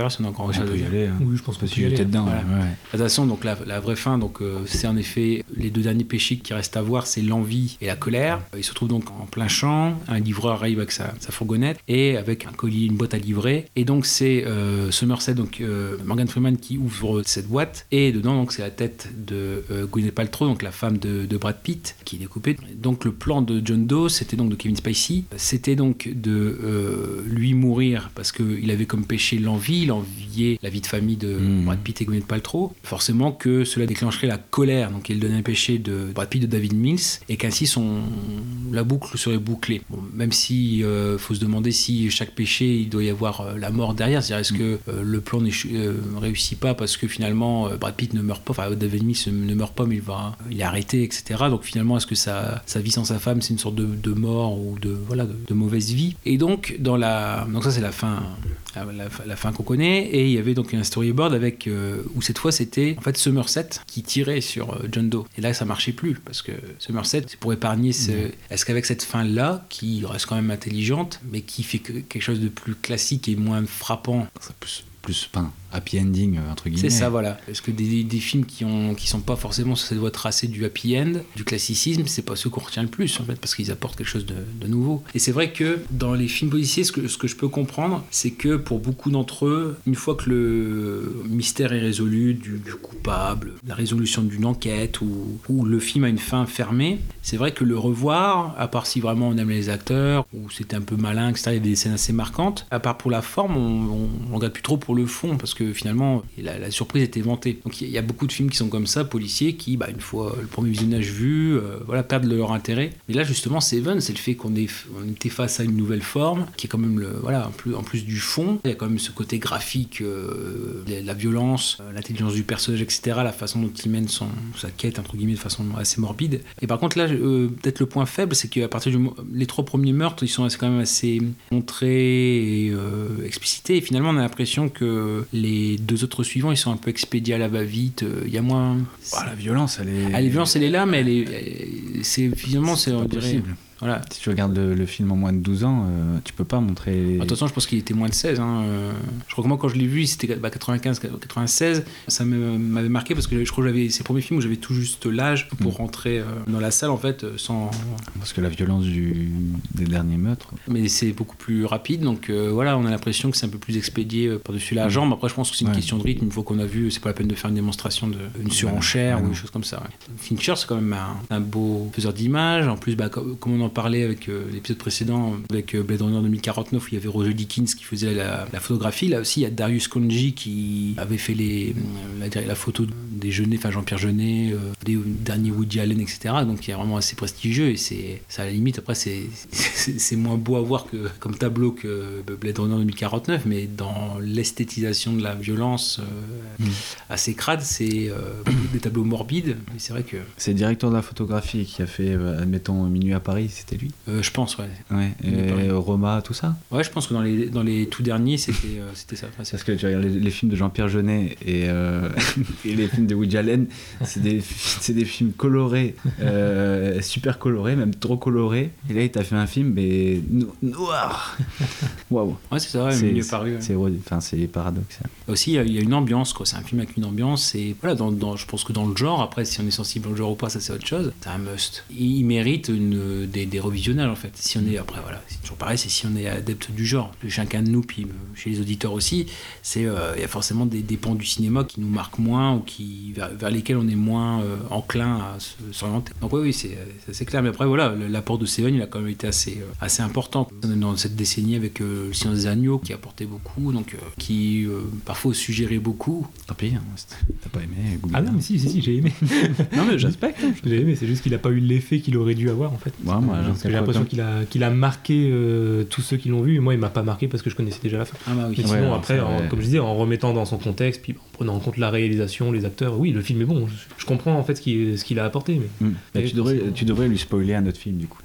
Enfin, On peut y aller. Hein. Oui, je pense que si j'étais dedans. Voilà. Ouais. De toute façon, donc la, la vraie fin, donc euh, c'est en effet les deux derniers péchés qui restent à voir, c'est l'envie et la colère. Il se trouve donc en plein champ, un livreur arrive avec sa, sa fourgonnette et avec un colis, une boîte à livrer. Et donc c'est euh, Somerset, donc euh, Morgan Freeman qui ouvre cette boîte et dedans donc c'est la tête de euh, Gwyneth Paltrow, donc la femme de, de Brad Pitt, qui est découpée. Donc le plan de John Doe, c'était donc de Kevin Spacey, c'était donc de euh, lui mourir parce qu'il avait comme péché l'envie, il enviait la vie de famille de mmh. Brad Pitt et Gwyneth Paltrow. Forcément que cela déclencherait la colère, donc il donnait un péché de Brad Pitt, de David Mills, et qu'ainsi son la boucle serait bouclée. Bon, même si euh, faut se demander si chaque péché il doit y avoir euh, la mort derrière, c'est-à-dire est-ce que euh, le plan ne euh, réussit pas parce que finalement euh, Brad Pitt ne meurt pas, enfin David Mills ne meurt pas mais il va il est arrêté, et cetera. Donc finalement est-ce que sa, sa vie sans sa femme c'est une sorte de, de mort ou de voilà de, de mauvaise vie. Et donc dans la donc ça c'est la fin la, la, la fin qu'on connaît, et il y avait donc un storyboard avec euh, où cette fois c'était en fait Somerset qui tirait sur euh, John Doe, et là ça marchait plus parce que Somerset c'est pour épargner ce, mmh. est-ce qu'avec cette fin là qui reste quand même intelligente mais qui fait que, quelque chose de plus classique et moins frappant, ça plus plus enfin, happy ending entre guillemets. C'est ça, voilà. Parce que des, des films qui ont qui sont pas forcément sur cette voie tracée du happy end, du classicisme, c'est pas ceux qu'on retient le plus en fait, parce qu'ils apportent quelque chose de, de nouveau. Et c'est vrai que dans les films policiers, ce que ce que je peux comprendre, c'est que pour beaucoup d'entre eux, une fois que le mystère est résolu du, du coupable, la résolution d'une enquête ou ou le film a une fin fermée, c'est vrai que le revoir, à part si vraiment on aime les acteurs ou c'était un peu malin, et cetera, il y a des scènes assez marquantes. À part pour la forme, on, on regarde plus trop pour le fond parce que finalement la, la surprise était vantée. Donc il y, y a beaucoup de films qui sont comme ça, policiers, qui bah, une fois le premier visionnage vu, euh, voilà, perdent leur intérêt. Mais là justement Seven, c'est le fait qu'on est on était face à une nouvelle forme qui est quand même le voilà en plus en plus du fond. Il y a quand même ce côté graphique, euh, la violence, euh, l'intelligence du personnage, et cetera. La façon dont il mène son sa quête entre guillemets de façon assez morbide. Et par contre là euh, peut-être le point faible, c'est qu'à partir du les trois premiers meurtres, ils sont quand même assez montrés et euh, explicités. Et finalement on a l'impression que les deux autres suivants ils sont un peu expédiés à la va-vite, il y a moins bah, la violence elle est ah, la violence elle est là mais elle est, elle, c'est finalement c'est, c'est on dirait possible. Voilà. Si tu regardes le, le film en moins de douze ans, euh, tu peux pas montrer... Attention, je pense qu'il était moins de seize. Hein. Je crois que moi, quand je l'ai vu, c'était bah, quatre-vingt-quinze quatre-vingt-seize. Ça me, m'avait marqué parce que je crois que j'avais ces premiers films où j'avais tout juste l'âge pour mmh. rentrer euh, dans la salle, en fait, sans... Parce que la violence du, des derniers meurtres... Mais c'est beaucoup plus rapide, donc euh, voilà, on a l'impression que c'est un peu plus expédié euh, par-dessus la jambe. Après, je pense que c'est une ouais. question de rythme. Une fois qu'on a vu, c'est pas la peine de faire une démonstration d'une surenchère ouais, ou des choses comme ça. Ouais. Fincher, c'est quand même un, un beau faiseur d'images. En plus, bah, comme, comme on en parlait avec... Euh, l'épisode précédent avec Blade Runner deux mille quarante-neuf où il y avait Roger Dickens qui faisait la, la photographie. Là aussi il y a Darius Khondji qui avait fait les, la, la photo des Jeunet, enfin Jean-Pierre Jeunet, euh, des derniers Woody Allen, et cetera. Donc il est vraiment assez prestigieux et c'est, ça à la limite après c'est, c'est, c'est moins beau à voir que, comme tableau que Blade Runner deux mille quarante-neuf, mais dans l'esthétisation de la violence euh, mmh. assez crade, c'est euh, des tableaux morbides. Mais c'est vrai que... C'est le directeur de la photographie qui a fait, euh, admettons, Minuit à Paris, c'était lui euh, Je pense, ouais. Ouais, et Roma, tout ça. Ouais, je pense que dans les, dans les tout derniers, c'était, euh, c'était ça. Enfin, c'est... Parce que tu regardes les, les films de Jean-Pierre Jeunet et, euh, et les films de Woody Allen, c'est des, c'est des films colorés, euh, super colorés, même trop colorés. Et là, il t'a fait un film, mais no- noir. Waouh. Ouais, c'est ça, ouais, c'est, milieu paru. Ouais. C'est, enfin, c'est paradoxal. Aussi, il y, y a une ambiance, quoi. C'est un film avec une ambiance. Et voilà, dans, dans, je pense que dans le genre, après, si on est sensible au genre ou pas, ça c'est autre chose. C'est un must. Il mérite une, des, des revisionnages, en fait. Si on est, après, voilà, c'est toujours pareil, c'est si on est adepte du genre. Chacun de nous, puis chez les auditeurs aussi, c'est il euh, y a forcément des, des pans du cinéma qui nous marquent moins ou qui, vers, vers lesquels on est moins euh, enclin à se, s'orienter. Donc oui, oui, c'est, c'est, c'est clair. Mais après, voilà, l'apport de Seven, il a quand même été assez, euh, assez important dans cette décennie avec euh, Le Silence des Agneaux, qui apportait beaucoup, donc euh, qui euh, parfois suggérait beaucoup. Tant pis, hein, t'as pas aimé Google. Ah non, mais si, si, si, j'ai aimé. Non, mais j'aspecte. J'ai aimé, c'est juste qu'il a pas eu l'effet qu'il aurait dû avoir, en fait. Ouais, moi, parce que j'ai l'impression comme... qu'il a, qu'il a marqué euh, tous ceux qui l'ont vu, et moi, il m'a pas marqué parce que je connaissais déjà la fin. Ah bah oui. Mais sinon, ouais, après, en, comme je disais, en remettant dans son contexte, puis en prenant en compte la réalisation, les acteurs, oui, le film est bon. Je, je comprends en fait ce qu'il, ce qu'il a apporté. Mais, mmh. mais tu, devrais, tu devrais lui spoiler un autre film, du coup.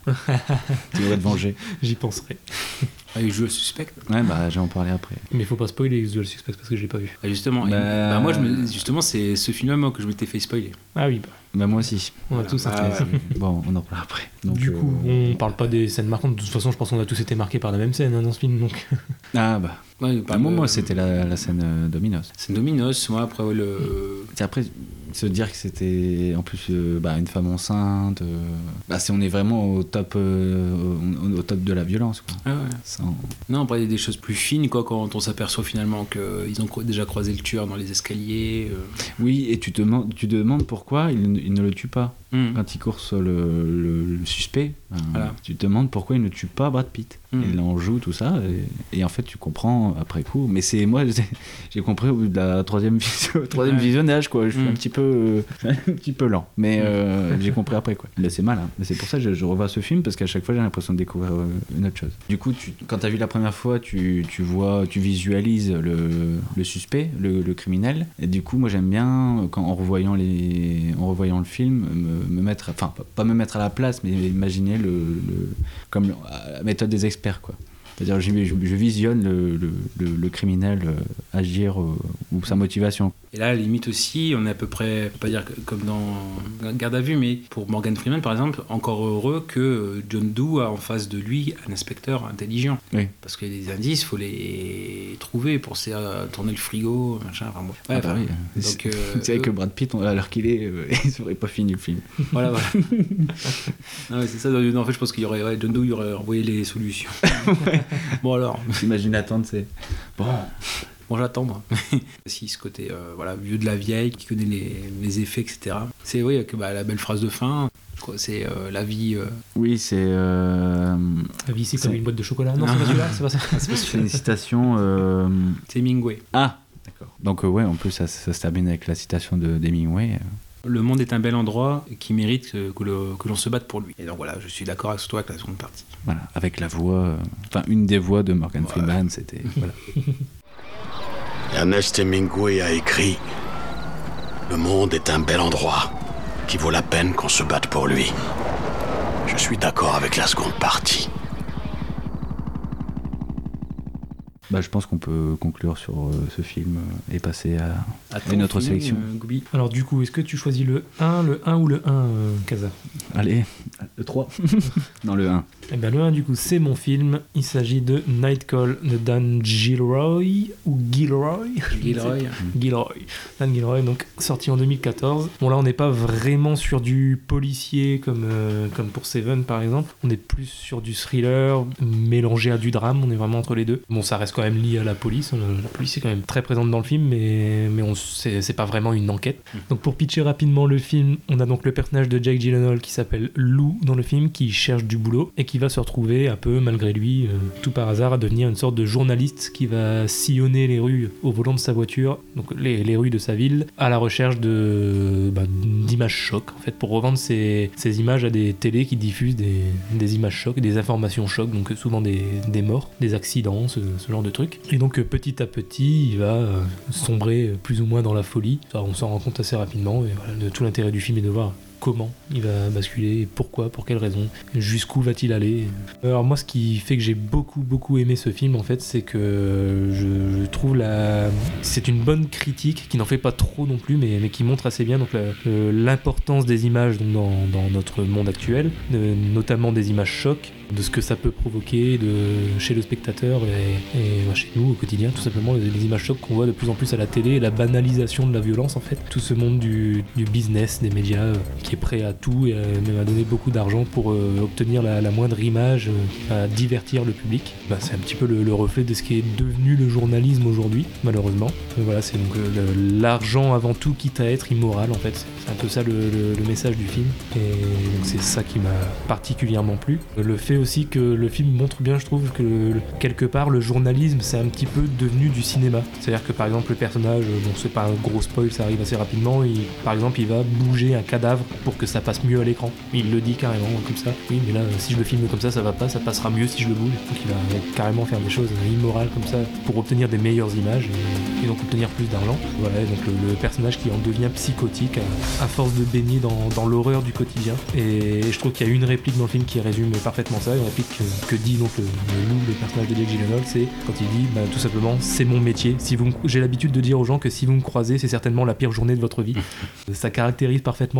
Tu devrais te venger. J'y penserai. Ah, Usual Suspect. Ouais, bah, je vais en parler après. Mais il faut pas spoiler Usual Suspect parce que je l'ai pas vu. Ah, justement, bah... Et, bah, moi, je me, justement, c'est ce film-là moi, que je m'étais fait spoiler. Ah oui, bah. Bah moi aussi. On a tous ah, intéressé. Ouais. Bon, on en parle après. Donc, du euh... coup, on parle pas des scènes marquantes. De toute façon, je pense qu'on a tous été marqués par la même scène hein, dans ce film. Donc. Ah bah. Ouais, bah, moi, moi, c'était la, la scène euh, Dominos. C'est Dominos, moi, après, ouais, le... C'est après, se dire que c'était, en plus, euh, bah, une femme enceinte, euh, bah, c'est, on est vraiment au top, euh, au, au top de la violence, quoi. Ah ouais. Sans... Non, après, il y a des choses plus fines, quoi, quand on s'aperçoit finalement qu'ils ont cro- déjà croisé le tueur dans les escaliers. Euh... Oui, et tu te demandes, tu te demandes pourquoi il, il ne le tue pas. Mmh. Quand il court sur le, le, le suspect, euh, voilà. Tu te demandes pourquoi il ne tue pas Brad Pitt. Mmh. Il en joue, tout ça, et, et en fait, tu comprends après coup. Mais c'est moi, j'ai, j'ai compris au bout de la troisième, visio, troisième ouais. visionnage, quoi. Je suis mmh. un petit peu, euh, un petit peu lent, mais euh, j'ai compris après, quoi. Là, c'est mal, hein. Mais c'est pour ça que je, je revois ce film parce qu'à chaque fois, j'ai l'impression de découvrir euh, une autre chose. Du coup, tu, quand t'as vu la première fois, tu, tu vois, tu visualises le, le suspect, le, le criminel. Et du coup, moi, j'aime bien quand en revoyant les, en revoyant le film, me, me mettre, enfin, pas me mettre à la place, mais imaginer le, le comme la méthode des experts, quoi. C'est-à-dire, je, je, je visionne le, le, le, le criminel euh, agir euh, ou sa motivation. Et là, à la limite aussi, on est à peu près, on peut pas dire comme dans Garde à vue, mais pour Morgan Freeman, par exemple, encore heureux que John Doe a en face de lui un inspecteur intelligent. Oui. Parce que les indices, il faut les trouver pour euh, tourner le frigo, machin. Enfin, bon. Ouais, ah bah enfin, oui. Donc, euh, c'est vrai que Brad Pitt, à l'heure qu'il est, euh, il serait pas fini le film. Voilà, voilà. Non, mais c'est ça. En fait, je pense qu'il y aurait, ouais, John Doe, il aurait envoyé les solutions. Ouais. Bon alors. T'imagines attendre, c'est bon. Bon, j'attends, moi. Si, ce côté euh, voilà, vieux de la vieille, qui connaît les, les effets, et cetera. C'est, oui, que, bah, la belle phrase de fin, je crois, c'est euh, la vie... Euh... Oui, c'est... Euh... La vie, c'est, c'est comme une boîte de chocolat. Non, Non, c'est pas celui-là, c'est pas ça. C'est, c'est une citation... Euh... C'est Hemingway. Ah, d'accord. Donc, euh, ouais, en plus, ça, ça se termine avec la citation de, d'Hemingway. Le monde est un bel endroit qui mérite que, que, le, que l'on se batte pour lui. Et donc voilà, je suis d'accord avec toi avec la seconde partie. Voilà, avec la voix... Enfin, euh, une des voix de Morgan ouais. Freeman, c'était... Voilà. Ernest Hemingway a écrit « Le monde est un bel endroit qui vaut la peine qu'on se batte pour lui. » Je suis d'accord avec la seconde partie. Bah, je pense qu'on peut conclure sur euh, ce film euh, et passer à, à une autre film, sélection. Euh, Alors du coup, est-ce que tu choisis le un, le un ou le un, euh, Kaza ? Allez, le trois. Non, le un. Eh bien le un, du coup, c'est mon film. Il s'agit de Night Call de Dan Gilroy ou Gilroy Gilroy. Gilroy. Dan Gilroy, donc sorti en deux mille quatorze. Bon là, on n'est pas vraiment sur du policier comme, euh, comme pour Seven par exemple. On est plus sur du thriller mélangé à du drame. On est vraiment entre les deux. Bon, ça reste quand même lié à la police. La police est quand même très présente dans le film, mais, mais on, c'est, c'est pas vraiment une enquête. Donc pour pitcher rapidement le film, on a donc le personnage de Jake Gyllenhaal qui s'appelle Lou dans le film, qui cherche du boulot et qui va se retrouver un peu malgré lui, euh, tout par hasard, à devenir une sorte de journaliste qui va sillonner les rues au volant de sa voiture, donc les, les rues de sa ville, à la recherche de, bah, d'images chocs, en fait, pour revendre ces, ces images à des télés qui diffusent des, des images chocs, des informations chocs, donc souvent des, des morts, des accidents, ce, ce genre de trucs. Et donc petit à petit, il va euh, sombrer plus ou moins dans la folie. Ça, on s'en rend compte assez rapidement, et voilà, de tout l'intérêt du film est de voir comment il va basculer, pourquoi, pour quelles raisons, jusqu'où va-t-il aller. Alors moi, ce qui fait que j'ai beaucoup beaucoup aimé ce film, en fait, c'est que je, je trouve la... c'est une bonne critique qui n'en fait pas trop non plus, mais, mais qui montre assez bien donc, la, euh, l'importance des images donc, dans, dans notre monde actuel, de, notamment des images chocs, de ce que ça peut provoquer de, chez le spectateur et, et bah, chez nous au quotidien, tout simplement les, les images chocs qu'on voit de plus en plus à la télé et la banalisation de la violence, en fait, tout ce monde du, du business, des médias, euh, qui est prêt à tout et euh, même à donner beaucoup d'argent pour euh, obtenir la, la moindre image, euh, à divertir le public. Bah, c'est un petit peu le, le reflet de ce qui est devenu le journalisme aujourd'hui, malheureusement. Et voilà, c'est donc euh, le, l'argent avant tout, quitte à être immoral, en fait. C'est un peu ça le, le, le message du film, et donc c'est ça qui m'a particulièrement plu. Le fait aussi que le film montre bien, je trouve, que le, quelque part le journalisme c'est un petit peu devenu du cinéma. C'est-à-dire que par exemple le personnage, bon c'est pas un gros spoil, ça arrive assez rapidement, il, par exemple il va bouger un cadavre pour que ça passe mieux à l'écran. Il le dit carrément comme ça. Oui mais là si je le filme comme ça ça va pas, ça passera mieux si je le bouge. Donc il va carrément faire des choses immorales comme ça pour obtenir des meilleures images et, et donc obtenir plus d'argent. Voilà, et donc le, le personnage qui en devient psychotique à, à force de baigner dans, dans l'horreur du quotidien. Et, et je trouve qu'il y a une réplique dans le film qui résume parfaitement ça. Une réplique que, que dit donc le, le loup, le personnage de Jake Gyllenhaal, c'est quand il dit bah, tout simplement c'est mon métier. Si vous me, j'ai l'habitude de dire aux gens que si vous me croisez, c'est certainement la pire journée de votre vie. Ça caractérise parfaitement son personnage.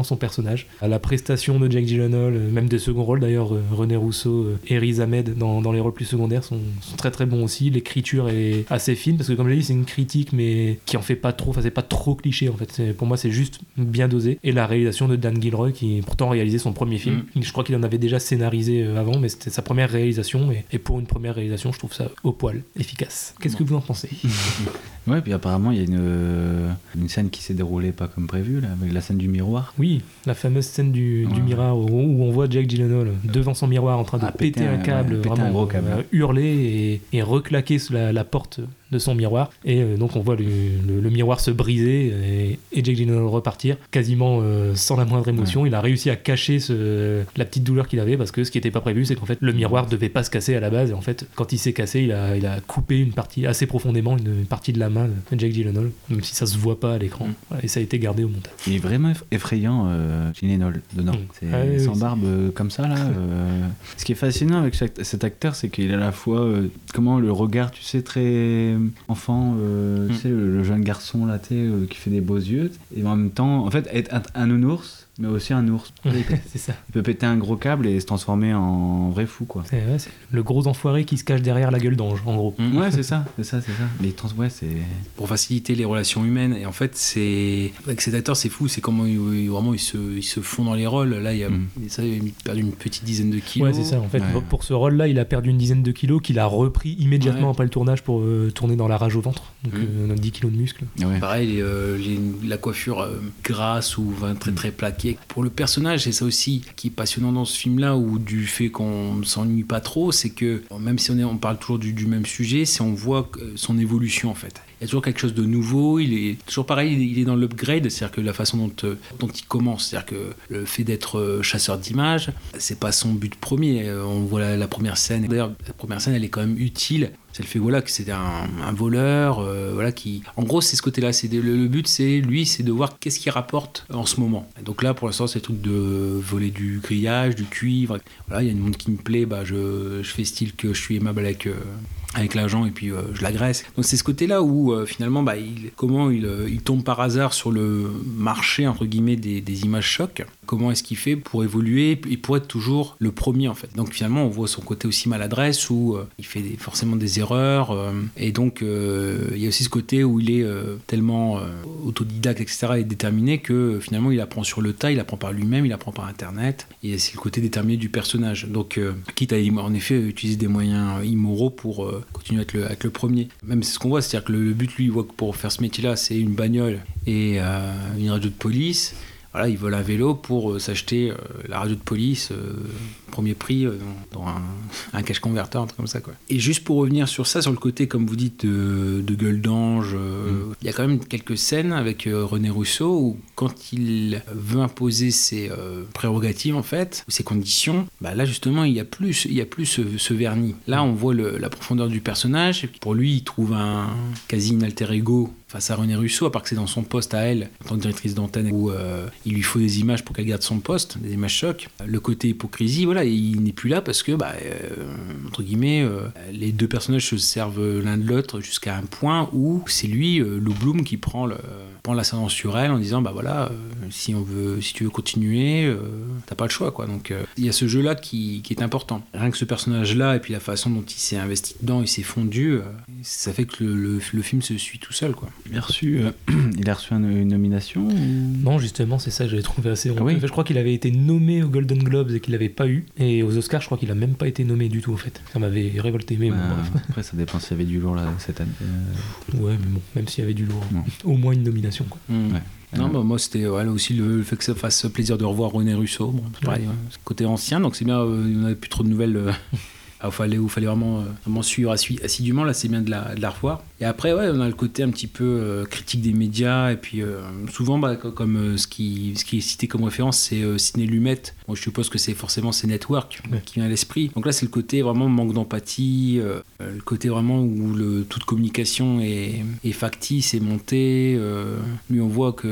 personnage. À la prestation de Jake Gyllenhaal, euh, même des seconds rôles d'ailleurs, euh, René Rousseau euh, et Riz Ahmed dans, dans les rôles plus secondaires sont, sont très très bons aussi. L'écriture est assez fine parce que comme je l'ai dit, c'est une critique mais qui en fait pas trop, enfin c'est pas trop cliché en fait. C'est, pour moi c'est juste bien dosé. Et la réalisation de Dan Gilroy qui pourtant réalisé son premier film. Mm. Je crois qu'il en avait déjà scénarisé euh, avant, mais c'était sa première réalisation et, et pour une première réalisation, je trouve ça au poil efficace. Qu'est-ce que vous en pensez? Ouais, puis apparemment il y a une, euh, une scène qui s'est déroulée pas comme prévu là, avec la scène du miroir. Oui, la fameuse scène du, ouais. du miroir où, où on voit Jake Gyllenhaal devant son miroir en train de ah, péter, péter un câble, ouais, péter vraiment un gros câble. Euh, hurler et, et reclaquer sous la, la porte de son miroir et euh, donc on voit le, le, le miroir se briser et, et Jake Gyllenhaal repartir quasiment euh, sans la moindre émotion. Ouais. Il a réussi à cacher ce, la petite douleur qu'il avait parce que ce qui n'était pas prévu c'est qu'en fait le miroir devait pas se casser à la base et en fait quand il s'est cassé il a, il a coupé une partie assez profondément une partie de la main de Jake Gyllenhaal même si ça se voit pas à l'écran. Mm. Voilà, et ça a été gardé au montage. Il est vraiment effrayant euh, Gyllenhaal dedans. Mm. C'est ah, oui, sans oui, barbe c'est... comme ça là. Euh... Ce qui est fascinant avec chaque, cet acteur c'est qu'il a à la fois euh, comment le regard tu sais très enfant, euh, mm. tu sais, le, le jeune garçon là, tu sais, euh, qui fait des beaux yeux, et en même temps, en fait, être un, un nounours, mais aussi un ours. C'est ça. Il peut péter un gros câble et se transformer en vrai fou, quoi. C'est, ouais, c'est le gros enfoiré qui se cache derrière la gueule d'ange, en gros. Mm. Ouais, c'est ça, c'est ça, c'est ça. Mais trans- ouais, c'est... Pour faciliter les relations humaines, et en fait, c'est... Avec cet acteur, c'est fou, c'est comment il, vraiment il se, il se fond dans les rôles. Là, il a, mm. ça, il a perdu une petite dizaine de kilos. Ouais, c'est ça, en fait. Ouais. Pour ce rôle-là, il a perdu une dizaine de kilos qu'il a repris immédiatement ouais. après le tournage pour euh, tourner dans La Rage au ventre. Donc, mm. euh, dix kilos de muscles. Ouais. Pareil, les, euh, les, la coiffure euh, grasse ou enfin, très, très plaquée. Pour le personnage, c'est ça aussi qui est passionnant dans ce film-là, ou du fait qu'on ne s'ennuie pas trop, c'est que même si on, est, on parle toujours du, du même sujet, c'est on voit son évolution en fait. Il y a toujours quelque chose de nouveau, il est toujours pareil, il est dans l'upgrade, c'est-à-dire que la façon dont, dont il commence, c'est-à-dire que le fait d'être chasseur d'images, c'est pas son but premier. On voit la, la première scène, d'ailleurs la première scène elle est quand même utile. C'est le fait voilà, que c'est un, un voleur, euh, voilà, qui... En gros, c'est ce côté-là. C'est de, le, le but, c'est lui, c'est de voir qu'est-ce qu'il rapporte en ce moment. Et donc là, pour l'instant, c'est le truc de voler du grillage, du cuivre. Voilà, il y a une montre qui me plaît, bah, je, je fais style que je suis aimable avec... Euh, avec l'agent et puis euh, je l'agresse. Donc c'est ce côté-là où euh, finalement bah, il, comment il, euh, il tombe par hasard sur le marché entre guillemets des, des images chocs. Comment est-ce qu'il fait pour évoluer et pour être toujours le premier en fait. Donc finalement on voit son côté aussi maladresse où euh, il fait des, forcément des erreurs euh, et donc euh, il y a aussi ce côté où il est euh, tellement euh, autodidacte etc et déterminé que euh, finalement il apprend sur le tas, il apprend par lui-même, il apprend par internet et c'est le côté déterminé du personnage. Donc euh, quitte à en effet utiliser des moyens immoraux pour euh, continuer à être, le, à être le premier. Même c'est ce qu'on voit, c'est-à-dire que le, le but, lui, il voit que pour faire ce métier-là, c'est une bagnole et euh, une radio de police. Voilà, il vole un vélo pour euh, s'acheter euh, la radio de police, euh, premier prix, euh, dans, dans un, un cash converter, un truc comme ça, quoi. Et juste pour revenir sur ça, sur le côté, comme vous dites, de, de gueule d'ange, euh, mm. il y a quand même quelques scènes avec euh, René Rousseau où, quand il veut imposer ses euh, prérogatives, en fait, ou ses conditions, bah là, justement, il n'y a plus, il y a plus ce, ce vernis. Là, on voit le, la profondeur du personnage. Pour lui, il trouve un quasi un alter ego face à René Rousseau, à part que c'est dans son poste à elle, en tant que directrice d'antenne, où euh, il lui faut des images pour qu'elle garde son poste, des images chocs. Le côté hypocrisie, voilà, il n'est plus là parce que, bah, euh, entre guillemets, euh, les deux personnages se servent l'un de l'autre jusqu'à un point où c'est lui, euh, Lou Bloom, qui prend, le, prend l'ascendant sur elle en disant, bah voilà, euh, si, on veut, si tu veux continuer, euh, t'as pas le choix, quoi. Donc euh, il y a ce jeu-là qui, qui est important. Rien que ce personnage-là, et puis la façon dont il s'est investi dedans, il s'est fondu, euh, ça fait que le, le, le film se suit tout seul, quoi. Il a reçu, euh, il a reçu une, une nomination ou... Non, justement, c'est ça que j'avais trouvé assez honteux. Ah oui. En fait, je crois qu'il avait été nommé aux Golden Globes et qu'il l'avait pas eu. Et aux Oscars, je crois qu'il a même pas été nommé du tout, en fait. Ça m'avait révolté, mais ouais, bon, bref. Après, ça dépend s'il y avait du lourd là, cette année. Euh... Ouais, mais bon, même s'il y avait du lourd, non. Au moins une nomination, quoi. Mmh. Ouais. Non, euh... bah, moi, c'était ouais, là aussi le, le fait que ça fasse plaisir de revoir René Rousseau. Bon, c'est pareil, ouais. Ouais. Côté ancien, donc c'est bien, euh, il n'y en avait plus trop de nouvelles. Euh... Il fallait, fallait vraiment, euh, vraiment suivre assidûment, là c'est bien de la, de la revoir. Et après, ouais, on a le côté un petit peu euh, critique des médias, et puis euh, souvent, bah, comme euh, ce, qui, ce qui est cité comme référence, c'est euh, Sidney Lumet. Moi, je suppose que c'est forcément ces networks ouais. qui vient à l'esprit. Donc là, c'est le côté vraiment manque d'empathie, euh, le côté vraiment où le, toute communication est, est factice, est montée. Euh, lui, on voit que t-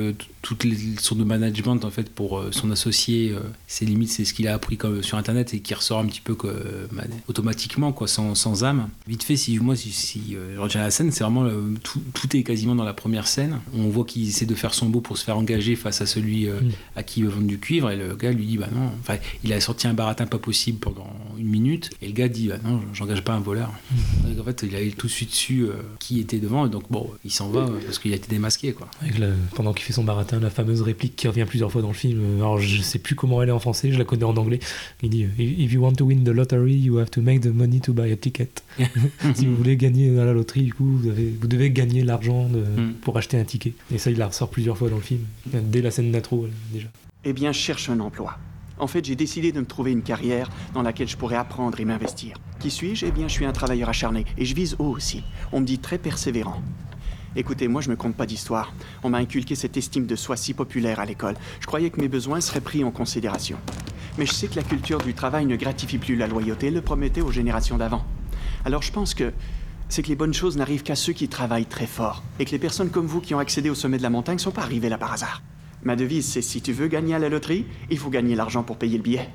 toutes les leçons de management en fait pour euh, son associé, euh, c'est limite c'est ce qu'il a appris comme, sur internet et qui ressort un petit peu quoi, euh, automatiquement quoi, sans, sans âme. Vite fait, si moi si, si euh, je retiens la scène, c'est vraiment euh, tout, tout est quasiment dans la première scène. On voit qu'il essaie de faire son beau pour se faire engager face à celui euh, mmh. à qui il veut vendre du cuivre et le gars lui dit bah non, enfin il a sorti un baratin pas possible pendant une minute et le gars dit bah non, j'engage pas un voleur. Mmh. En fait, il a tout de suite su euh, qui était devant et donc bon, il s'en va euh, parce qu'il a été démasqué quoi. Avec la, pendant qu'il fait son baratin, la fameuse réplique qui revient plusieurs fois dans le film. Alors je sais plus comment elle est en français, je la connais en anglais. Il dit If you want to win the lottery, you have to make the money to buy a ticket. Si vous voulez gagner à la loterie, du coup, vous, avez, vous devez gagner l'argent de, mm. pour acheter un ticket. Et ça, il la ressort plusieurs fois dans le film, dès la scène d'intro déjà. Eh bien, je cherche un emploi. En fait, j'ai décidé de me trouver une carrière dans laquelle je pourrais apprendre et m'investir. Qui suis-je ? Eh bien, je suis un travailleur acharné. Et je vise haut aussi. On me dit très persévérant. Écoutez, moi, je me compte pas d'histoire. On m'a inculqué cette estime de soi si populaire à l'école. Je croyais que mes besoins seraient pris en considération. Mais je sais que la culture du travail ne gratifie plus la loyauté, le promettait aux générations d'avant. Alors je pense que c'est que les bonnes choses n'arrivent qu'à ceux qui travaillent très fort. Et que les personnes comme vous qui ont accédé au sommet de la montagne ne sont pas arrivées là par hasard. Ma devise, c'est si tu veux gagner à la loterie, il faut gagner l'argent pour payer le billet.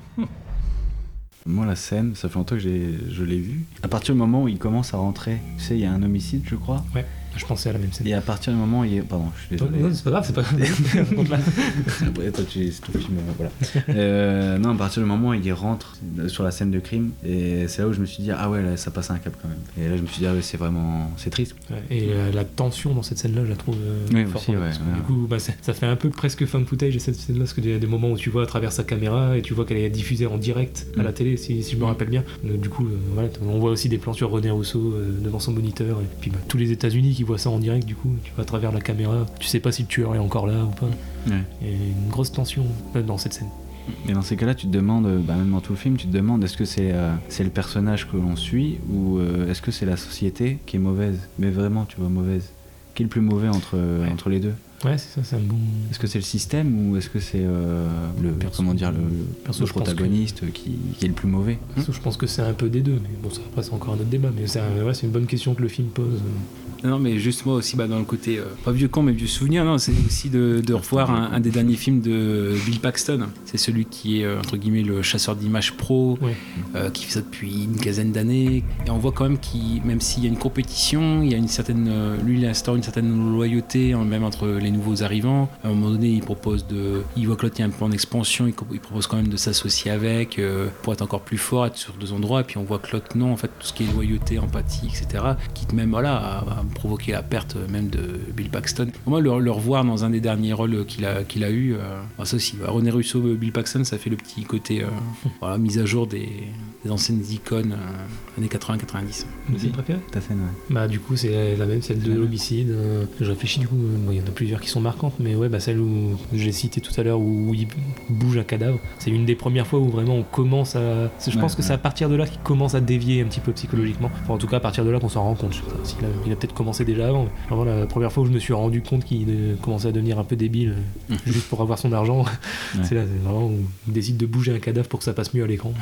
Moi, la scène, ça fait longtemps que j'ai, je l'ai vue. À partir du moment où il commence à rentrer, tu sais, il y a un homicide, je crois. Ouais, je pensais à la même scène. Et à partir du moment où il... Pardon, je suis désolé. Non, c'est pas grave, c'est pas grave. Après, toi, tu... c'est ton film, voilà. euh, non, à partir du moment où il rentre sur la scène de crime, et c'est là où je me suis dit, ah ouais, là, ça passe un cap quand même. Et là, je me suis dit, ah ouais, c'est vraiment... c'est triste. Ouais, et euh, la tension dans cette scène-là, je la trouve euh, oui, forte. Aussi, ouais, parce que, ouais. Du coup, bah, ça fait un peu presque fan footage, cette scène-là, parce qu'il y a des moments où tu vois à travers sa caméra, et tu vois qu'elle est diffusée en direct à la télé, si, si je me rappelle bien. Donc, du coup, euh, voilà, on voit aussi des plans sur René Rousseau euh, devant son moniteur, et puis bah, tous les États-Unis qui voient ça en direct, du coup, tu vois à travers la caméra, tu sais pas si le tueur est encore là ou pas. Ouais. Il y a une grosse tension euh, dans cette scène. Et dans ces cas-là, tu te demandes, bah, même dans tout le film, tu te demandes est-ce que c'est, euh, c'est le personnage que l'on suit ou euh, est-ce que c'est la société qui est mauvaise, mais vraiment, tu vois, mauvaise. Qui est le plus mauvais entre, ouais. entre les deux? Ouais, c'est ça, c'est un bon. Est-ce que c'est le système ou est-ce que c'est euh, le, perso, comment dire, le, perso, le protagoniste que... qui, qui est le plus mauvais? Perso, je pense que c'est un peu des deux, mais bon, ça après c'est encore un autre débat, mais c'est, un, ouais, c'est une bonne question que le film pose. Non, mais juste moi aussi, bah, dans le côté, euh, pas vieux con, mais vieux souvenir, non, c'est aussi de, de revoir un, un des derniers films de Bill Paxton. C'est celui qui est, euh, entre guillemets, le chasseur d'images pro, ouais. euh, qui fait ça depuis une quinzaine d'années. Et on voit quand même qu'il, même s'il y a une compétition, il y a une certaine, euh, lui, il instaure une certaine loyauté, hein, même entre les nouveaux arrivants. À un moment donné, il propose de, il voit que l'autre est un peu en expansion, il, il propose quand même de s'associer avec, euh, pour être encore plus fort, être sur deux endroits. Et puis on voit que l'autre, non, en fait, tout ce qui est loyauté, empathie, et cetera, quitte même, voilà, à, à provoquer la perte même de Bill Paxton. Moi, le, le revoir dans un des derniers rôles qu'il a, qu'il a eu, euh, ça aussi, René Russo, Bill Paxton, ça fait le petit côté, euh, voilà, mise à jour des, des anciennes icônes euh, années quatre-vingts quatre-vingt-dix. C'est le préféré ? Ta scène, ouais. Bah, du coup, c'est la même, celle de l'homicide. Euh, je réfléchis, du coup, il y en a plusieurs qui sont marquantes, mais ouais, bah, celle où j'ai cité tout à l'heure où il bouge un cadavre, c'est une des premières fois où vraiment on commence à. Je pense ouais, que ouais. c'est à partir de là qu'il commence à dévier un petit peu psychologiquement. Enfin, en tout cas, à partir de là qu'on s'en rend compte. Il a, il a peut-être commencé déjà avant. Mais vraiment, la première fois où je me suis rendu compte qu'il euh, commençait à devenir un peu débile euh, juste pour avoir son argent, ouais. c'est là, c'est vraiment où il décide de bouger un cadavre pour que ça passe mieux à l'écran.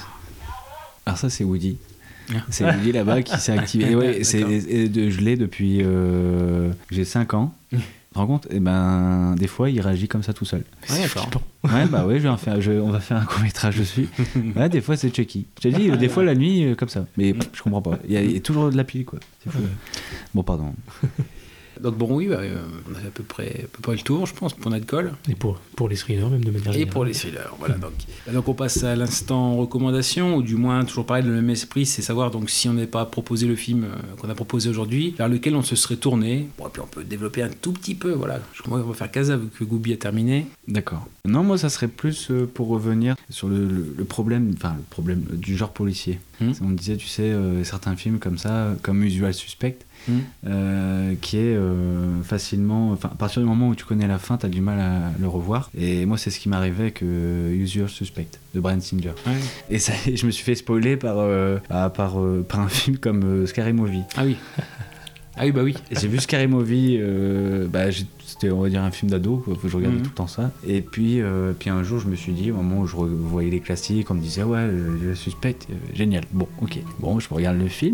Alors ça, c'est Woody. C'est Woody là-bas qui s'est activé. Et ouais, c'est, et de, je l'ai depuis. Euh, j'ai cinq ans. Tu te rends compte ? Et ben, des fois, il réagit comme ça tout seul. Ouais, d'accord. Ouais, bah ouais, je vais en faire, je, on va faire un court-métrage dessus. Ouais, des fois, c'est Chucky. Je te dis, des fois, la nuit, comme ça. Mais pff, je comprends pas. Il y, a, il y a toujours de la pile, quoi. C'est fou. Bon, pardon. Donc bon, oui, bah, euh, on a fait à peu près, à peu près le tour, je pense, pour notre colle. Et pour, pour les thrillers, même de manière générale. Et pour les thrillers, voilà. Donc, donc on passe à l'instant recommandation, ou du moins, toujours pareil, le même esprit, c'est savoir donc, si on n'est pas proposé le film euh, qu'on a proposé aujourd'hui, vers lequel on se serait tourné. Bon, et puis on peut développer un tout petit peu, voilà. Je crois qu'on va faire Casa vu que Goubi a terminé. D'accord. Non, moi, ça serait plus euh, pour revenir sur le, le, le problème, enfin, le problème du genre policier. Hum. On disait, tu sais, euh, certains films comme ça, comme Usual Suspect, Mmh. Euh, qui est euh, facilement, enfin à partir du moment où tu connais la fin, t'as du mal à le revoir. Et moi, c'est ce qui m'arrivait avec euh, Usual Suspect de Bryan Singer. Ouais. Et ça, je me suis fait spoiler par euh, par euh, par un film comme euh, Scary Movie. Ah oui. Ah oui, bah oui. Et j'ai vu Scary Movie, euh, bah, j'ai, c'était on va dire un film d'ado, quoi, je regardais mmh. tout le temps ça. Et puis, euh, puis un jour, je me suis dit, au moment où je voyais les classiques, on me disait, ouais, le Suspect, euh, génial. Bon, ok. Bon, je regarde le film, et puis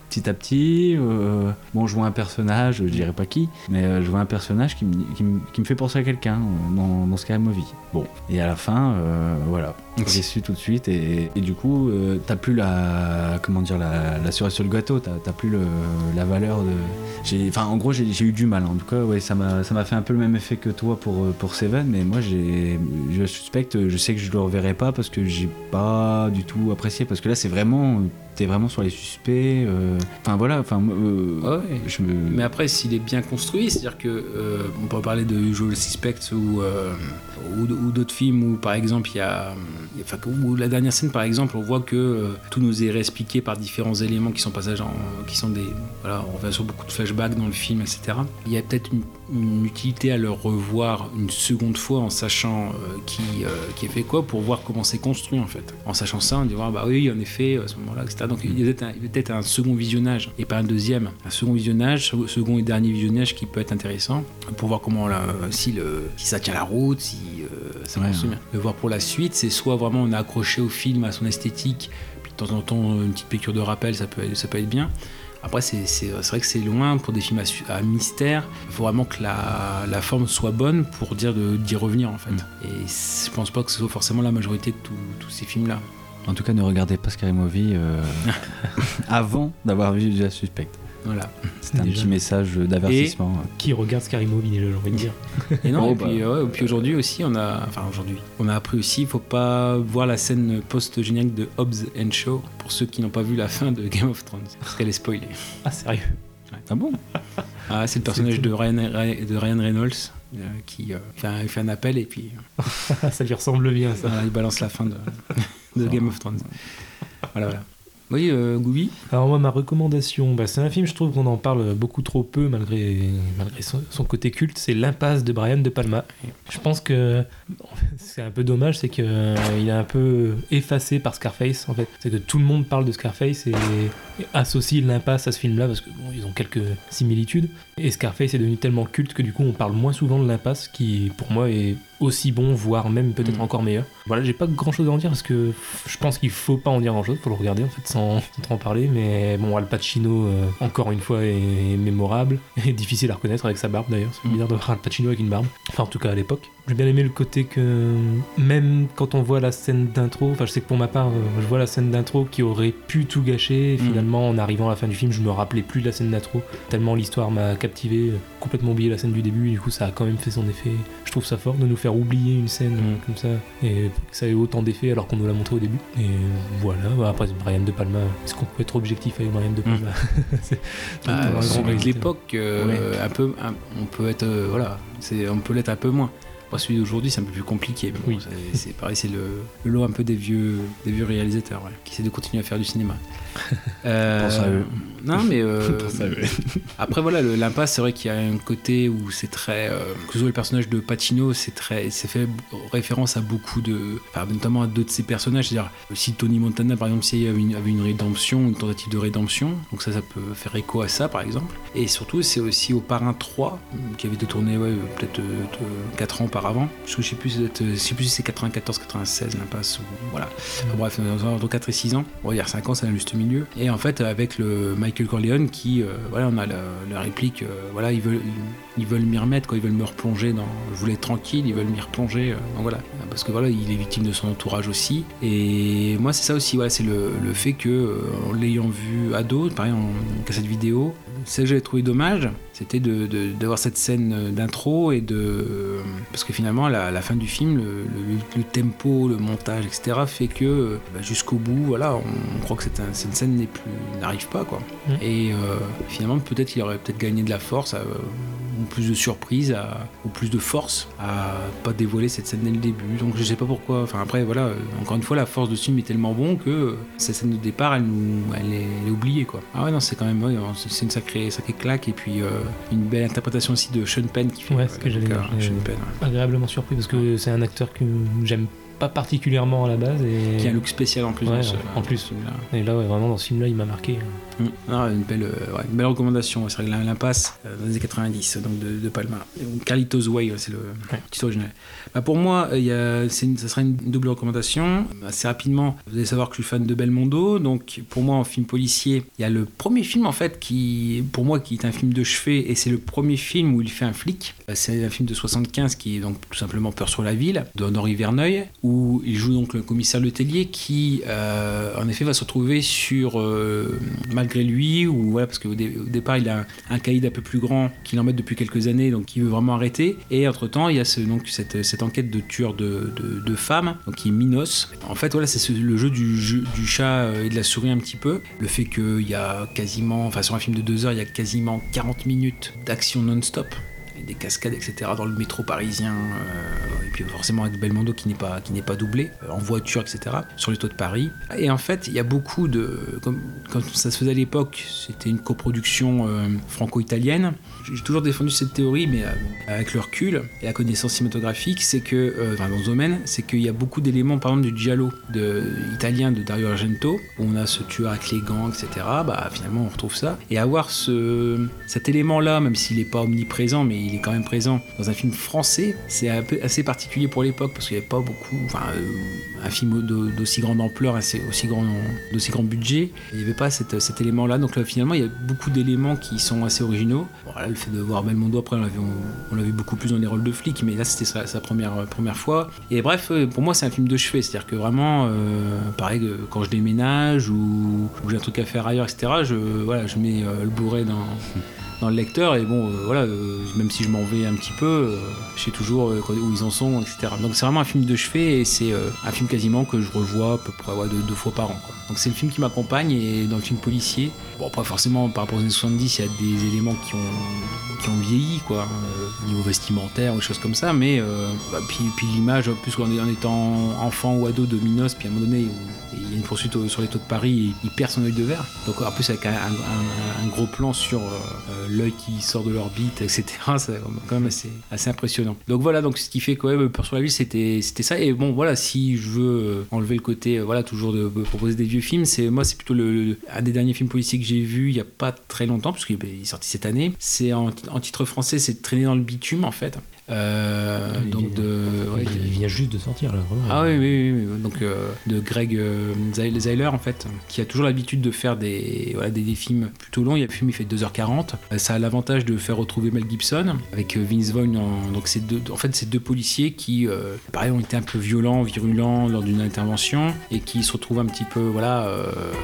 petit à petit, euh, bon, je vois un personnage, je dirais pas qui, mais euh, je vois un personnage qui me, qui me, qui me fait penser à quelqu'un euh, dans, dans Scary Movie. Bon, et à la fin, euh, voilà, j'ai su tout de suite, et, et du coup, euh, t'as plus la, comment dire, la, la cerise sur le gâteau, t'as, t'as plus le, la valeur de... J'ai, enfin, en gros, j'ai, j'ai eu du mal, en tout cas, ouais, ça m'a, ça m'a fait un peu le même effet que toi pour, pour Seven, mais moi, j'ai, je suspecte, je sais que je le reverrai pas parce que j'ai pas du tout apprécié, parce que là, c'est vraiment... T'es vraiment sur les suspects. Euh... Enfin voilà. Enfin. Euh... Ouais, je me... Mais après, s'il est bien construit, c'est-à-dire que euh, on peut parler de Usual Suspects ou, euh, ou, ou d'autres films où, par exemple, il y a, enfin, où la dernière scène, par exemple, on voit que euh, tout nous est réexpliqué par différents éléments qui sont passagers, en, qui sont des, voilà, on revient sur beaucoup de flashbacks dans le film, et cetera. Il y a peut-être une, une utilité à le revoir une seconde fois en sachant euh, qui, euh, qui a fait quoi pour voir comment c'est construit en fait. En sachant ça, on dit ah, bah oui, en effet, à ce moment-là, et cetera. Donc il y a peut-être un, peut-être un second visionnage et pas un deuxième. Un second visionnage, second et dernier visionnage qui peut être intéressant pour voir comment là, si, le, si ça tient la route, si euh, ça ouais, construit ouais. bien. Le voir pour la suite, c'est soit vraiment on est accroché au film, à son esthétique, puis de temps en temps une petite piqûre de rappel, ça peut, ça peut être bien. Après, c'est, c'est, c'est vrai que c'est loin pour des films à, à mystère. Il faut vraiment que la, la forme soit bonne pour dire de, d'y revenir en fait. Mm. Et je pense pas que ce soit forcément la majorité de tous ces films-là. En tout cas, ne regardez pas Scary Movie euh, avant d'avoir vu Usual Suspect. Voilà. C'est un déjà. petit message d'avertissement. Et qui regarde Scary Movie déjà, j'ai envie de dire. Et non, oh, et puis, bah. ouais, puis aujourd'hui aussi, on a, enfin aujourd'hui, on a appris aussi, il faut pas voir la scène post-générique de Hobbs and Shaw pour ceux qui n'ont pas vu la fin de Game of Thrones, parce qu'elle est spoilée. Ah sérieux? Ouais. Ah bon? Ah, c'est le personnage c'est de Ryan, de Ryan Reynolds euh, qui euh, fait, un, fait un appel et puis euh, ça lui ressemble bien ça. Voilà, il balance la fin de, de Game of Thrones. Voilà, voilà. Oui, euh, Goubi. Alors moi, ma recommandation, bah, c'est un film, je trouve qu'on en parle beaucoup trop peu malgré, malgré son, son côté culte, c'est L'Impasse de Brian De Palma. Je pense que c'est un peu dommage, c'est qu'il euh, est un peu effacé par Scarface, en fait. C'est que tout le monde parle de Scarface et, et associe L'Impasse à ce film-là, parce que bon, ils ont quelques similitudes. Et Scarface est devenu tellement culte que du coup, on parle moins souvent de L'Impasse, qui pour moi est aussi bon, voire même peut-être mmh. encore meilleur. Voilà, j'ai pas grand chose à en dire parce que je pense qu'il faut pas en dire grand chose, faut le regarder en fait sans, sans trop en parler, mais bon, Al Pacino euh, encore une fois est, est mémorable et difficile à reconnaître avec sa barbe d'ailleurs, c'est mmh. bizarre de voir Al Pacino avec une barbe, enfin en tout cas à l'époque. J'ai bien aimé le côté que même quand on voit la scène d'intro, enfin je sais que pour ma part, je vois la scène d'intro qui aurait pu tout gâcher, et finalement en arrivant à la fin du film, je me rappelais plus de la scène d'intro, tellement l'histoire m'a captivé, complètement oublié la scène du début, et du coup ça a quand même fait son effet. Je trouve ça fort de nous faire oublier une scène mmh. comme ça, et que ça ait autant d'effet alors qu'on nous l'a montré au début. Et voilà, après Brian De Palma, est-ce qu'on peut être objectif avec Brian De Palma? mmh. c'est, c'est ah, avec l'époque, euh, ouais. un peu, un, on peut être, euh, voilà, c'est, on peut l'être un peu moins. Bon, celui d'aujourd'hui, c'est un peu plus compliqué. Mais bon, oui. c'est, c'est pareil, c'est le, le lot un peu des vieux, des vieux réalisateurs ouais, qui essaient de continuer à faire du cinéma. euh, Pense à eux. Non, mais euh, Pense à eux. Après, voilà, le, l'impasse, c'est vrai qu'il y a un côté où c'est très. Euh, que ce soit le personnage de Pacino, c'est très, c'est fait référence à beaucoup de. Enfin, notamment à d'autres de ses personnages. C'est-à-dire, si Tony Montana, par exemple, s'il avait une, avait une rédemption, une tentative de rédemption, donc ça, ça peut faire écho à ça, par exemple. Et surtout, c'est aussi au Parrain trois, qui avait été tourné ouais, peut-être quatre ans avant, je sais plus, je sais plus si c'est quatre-vingt-quatorze quatre-vingt-seize l'impasse ou voilà. Enfin, bref, entre quatre et six ans. Bon, il y a cinq ans, c'est un juste milieu. Et en fait, avec le Michael Corleone qui, euh, voilà, on a la, la réplique, euh, voilà, ils veulent, ils, ils veulent m'y remettre, quoi, ils veulent me replonger dans. Je voulais être tranquille, ils veulent m'y replonger. Euh, donc voilà, parce que voilà, il est victime de son entourage aussi. Et moi, c'est ça aussi, voilà, c'est le, le fait que, euh, en l'ayant vu ado, pareil, en cassette vidéo, c'est que j'avais trouvé dommage, c'était de, de, d'avoir cette scène d'intro et de. Parce que finalement, à la, la fin du film, le, le, le tempo, le montage, et cetera, fait que bah, jusqu'au bout, voilà, on, on croit que cette, cette scène n'est plus, n'arrive pas, quoi. Mmh. Et euh, finalement, peut-être qu'il aurait peut-être gagné de la force, à, ou plus de surprise, à, ou plus de force à pas dévoiler cette scène dès le début. Donc je sais pas pourquoi. Enfin après, voilà, encore une fois, la force de ce film est tellement bon que cette scène de départ, elle, nous, elle, est, elle est oubliée, quoi. Ah ouais, non, c'est quand même, ouais, c'est une sacrée, sacrée claque, et puis euh, une belle interprétation aussi de Sean Penn qui fait. Ouais, ce que j'allais dire. Sean Penn, ouais. Agréablement surpris parce que c'est un acteur que j'aime pas particulièrement à la base. Et... Qui a un look spécial en plus. Ouais, dans ce, en plus. Film-là. Et là, ouais, vraiment, dans ce film-là, il m'a marqué. Mmh. Ah, une, belle, euh, ouais, une belle recommandation. C'est vrai que l'impasse euh, dans les années quatre-vingt-dix, donc de, de Palma. Carlitos Way, c'est le ouais. titre original. Bah, pour moi, il y a, c'est une, ça sera une double recommandation. Assez rapidement, vous allez savoir que je suis fan de Belmondo. Donc, pour moi, en film policier, il y a le premier film, en fait, qui, pour moi, qui est un film de chevet. Et c'est le premier film où il fait un flic. C'est un film de soixante-quinze qui est donc tout simplement Peur sur la ville, d'Henri Verneuil, où il joue donc le commissaire Letellier qui, euh, en effet, va se retrouver sur, euh, malgré lui, ou voilà, parce qu'au dé- au départ, il a un, un caïd un peu plus grand qui l'embête depuis quelques années, donc il veut vraiment arrêter. Et entre-temps, il y a ce, donc, cette, cette enquête de tueur de, de, de femmes, donc qui est Minos. En fait, voilà, c'est ce, le jeu du, jeu du chat et de la souris un petit peu. Le fait qu'il y a quasiment, enfin sur un film de deux heures, il y a quasiment quarante minutes d'action non-stop. Des cascades, et cetera dans le métro parisien, euh, et puis forcément avec Belmondo qui n'est pas, qui n'est pas doublé, euh, en voiture, et cetera, sur les toits de Paris. Et en fait, il y a beaucoup de... Comme, quand ça se faisait à l'époque, c'était une coproduction euh, franco-italienne. J'ai toujours défendu cette théorie, mais euh, avec le recul et la connaissance cinématographique, c'est que, euh, enfin dans ce domaine, c'est qu'il y a beaucoup d'éléments, par exemple du giallo de, italien de Dario Argento, où on a ce tueur avec les gants, et cetera. Bah finalement, on retrouve ça. Et avoir ce, cet élément-là, même s'il n'est pas omniprésent, mais il est quand même présent dans un film français, c'est un peu assez particulier pour l'époque parce qu'il n'y avait pas beaucoup, enfin euh, un film d'aussi grande ampleur, assez, aussi grand, d'aussi grand budget, il n'y avait pas cette, cet élément-là. Donc là, finalement, il y a beaucoup d'éléments qui sont assez originaux. Bon, là, le fait de voir Belmondo, après, on l'a vu, on, on l'a vu beaucoup plus dans les rôles de flic, mais là, c'était sa, sa première, première fois. Et bref, pour moi, c'est un film de chevet, c'est-à-dire que vraiment, euh, pareil, quand je déménage ou, ou j'ai un truc à faire ailleurs, et cetera, je, voilà, je mets euh, le bourret dans... dans le lecteur et bon euh, voilà euh, même si je m'en vais un petit peu euh, je sais toujours euh, où ils en sont, etc. Donc c'est vraiment un film de chevet et c'est euh, un film quasiment que je revois à peu près ouais, deux, deux fois par an quoi. Donc c'est le film qui m'accompagne et dans le film policier, bon après forcément par rapport aux années soixante-dix il y a des éléments qui ont, qui ont vieilli quoi, euh, au niveau vestimentaire ou des choses comme ça, mais euh, bah, puis, puis l'image en plus en, en étant enfant ou ado de Minos, puis à un moment donné où il y a une poursuite au, sur les toits de Paris, il perd son œil de verre, donc en plus avec un, un, un gros plan sur euh, l'œil qui sort de l'orbite, et cetera. C'est quand même assez, assez impressionnant. Donc voilà, donc ce qui fait que ouais, Peur sur la ville, c'était, c'était ça. Et bon, voilà, si je veux enlever le côté, voilà, toujours de, de proposer des vieux films, c'est moi, c'est plutôt le, le, un des derniers films policiers que j'ai vu il y a pas très longtemps, parce qu'il est sorti cette année. C'est en, en titre français, c'est Traîner dans le bitume, en fait. Euh, il donc vient, de, ouais, il vient juste de sortir là. Vraiment. Ah oui, oui, oui, oui. Donc euh, de Greg euh, Zeiler en fait, qui a toujours l'habitude de faire des, voilà, des, des films plutôt longs. Il y a le film, il fait deux heures quarante. Ça a l'avantage de faire retrouver Mel Gibson avec Vince Vaughn. En, donc c'est deux, en fait, c'est deux policiers qui, euh, pareil, ont été un peu violents, virulents lors d'une intervention et qui se retrouvent un petit peu, voilà, euh,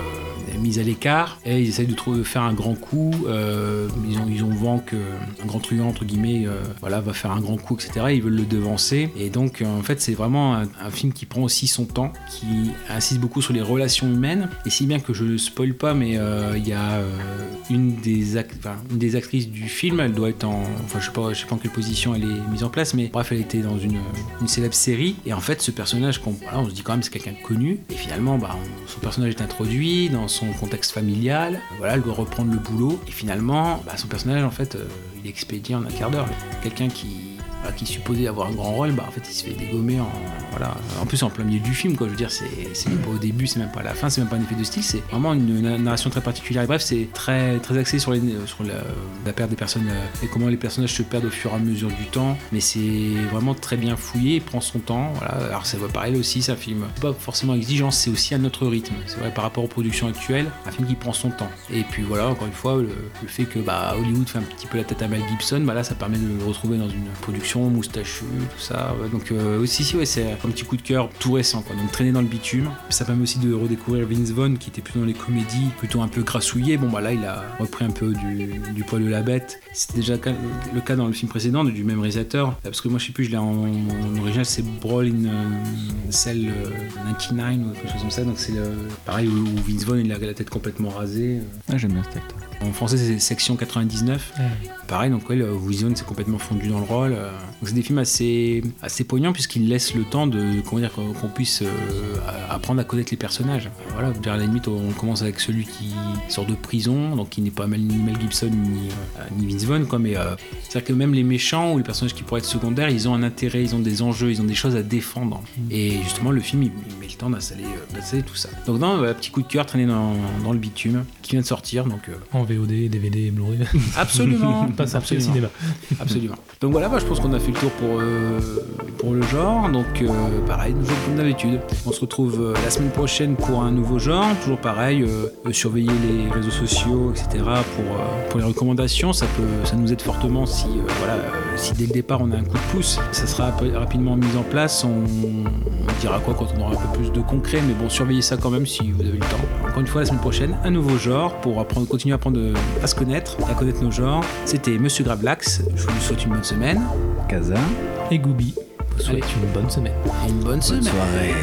mis à l'écart. Et ils essayent de, trouver, de faire un grand coup. Euh, ils ont, ils ont vent que un grand truand entre guillemets, euh, voilà, va faire un grand coup, et cetera. Ils veulent le devancer. Et donc, euh, en fait, c'est vraiment un, un film qui prend aussi son temps, qui insiste beaucoup sur les relations humaines. Et si bien que je ne spoil pas, mais il euh, y a euh, une, des act- enfin, une des actrices du film, elle doit être en... Enfin, je sais pas, je sais pas en quelle position elle est mise en place, mais bref, elle était dans une, une célèbre série. Et en fait, ce personnage, qu'on, voilà, on se dit quand même c'est quelqu'un de connu. Et finalement, bah, on, son personnage est introduit dans son contexte familial. Voilà, elle doit reprendre le boulot. Et finalement, bah, son personnage, en fait, euh, il est expédié en un quart d'heure. Quelqu'un qui... qui est supposé avoir un grand rôle, bah en fait il se fait dégommer en, voilà. En plus en plein milieu du film quoi, je veux dire c'est, c'est même pas au début, c'est même pas à la fin, c'est même pas un effet de style, c'est vraiment une, une narration très particulière et bref c'est très, très axé sur, les, sur la, la perte des personnes et comment les personnages se perdent au fur et à mesure du temps, mais c'est vraiment très bien fouillé, il prend son temps, voilà. Alors c'est pareil aussi, c'est un film pas forcément exigeant, c'est aussi à notre rythme, c'est vrai par rapport aux productions actuelles, un film qui prend son temps et puis voilà encore une fois le, le fait que bah, Hollywood fait un petit peu la tête à Mel Gibson, bah là ça permet de le retrouver dans une production moustachu, tout ça. Ouais. Donc euh, aussi, si, ouais, c'est un petit coup de cœur tout récent, quoi. Donc Traîner dans le bitume. Ça permet aussi de redécouvrir Vince Vaughn, qui était plutôt dans les comédies, plutôt un peu grassouillé. Bon, bah là, il a repris un peu du, du poil de la bête. C'était déjà le cas dans le film précédent, du même réalisateur. Parce que moi, je sais plus, je l'ai en, en original, c'est Brawl in uh, Cell quatre-vingt-dix-neuf ou quelque chose comme ça. Donc c'est le, pareil où Vince Vaughn, il a la tête complètement rasée. Ah, j'aime bien cet acteur. En français, c'est Section quatre-vingt-dix-neuf. Ouais. Pareil, donc ouais, Vision s'est complètement fondu dans le rôle. Donc c'est des films assez, assez poignants puisqu'ils laissent le temps de, comment dire, qu'on puisse euh, apprendre à connaître les personnages. Voilà, à la limite, on commence avec celui qui sort de prison, donc qui n'est pas ni Mel Gibson ni, euh, ni Vince Vaughn, quoi, mais euh, c'est-à-dire que même les méchants ou les personnages qui pourraient être secondaires, ils ont un intérêt, ils ont des enjeux, ils ont des choses à défendre. Et justement, le film, il, il met le temps d'installer, euh, d'installer tout ça. Donc, non, un petit coup de cœur traîné dans, dans le bitume, qui vient de sortir. Donc, euh... en V O D, D V D, Blu-ray. Absolument. Pas sorti au cinéma. Absolument. Donc voilà, bah, je pense qu'on a fait le tour pour, euh, pour le genre. Donc, euh, pareil, toujours comme d'habitude. On se retrouve euh, la semaine prochaine pour un nouveau genre. Toujours pareil, euh, euh, surveiller les réseaux sociaux, et cetera. Pour, euh, pour les recommandations, ça, peut, ça nous aide fortement si, euh, voilà, euh, si dès le départ on a un coup de pouce. Ça sera rapidement mis en place. On, on dira quoi quand on aura un peu plus de concret. Mais bon, surveillez ça quand même si vous avez le temps. Encore une fois, la semaine prochaine, un nouveau genre pour apprendre, continuer à, apprendre à se connaître, à connaître nos genres. C'était Monsieur Gravelax. Je vous souhaite une bonne semaine. Kaza et Goubi. Je vous souhaite une bonne semaine. Et une bonne, bonne semaine. soirée.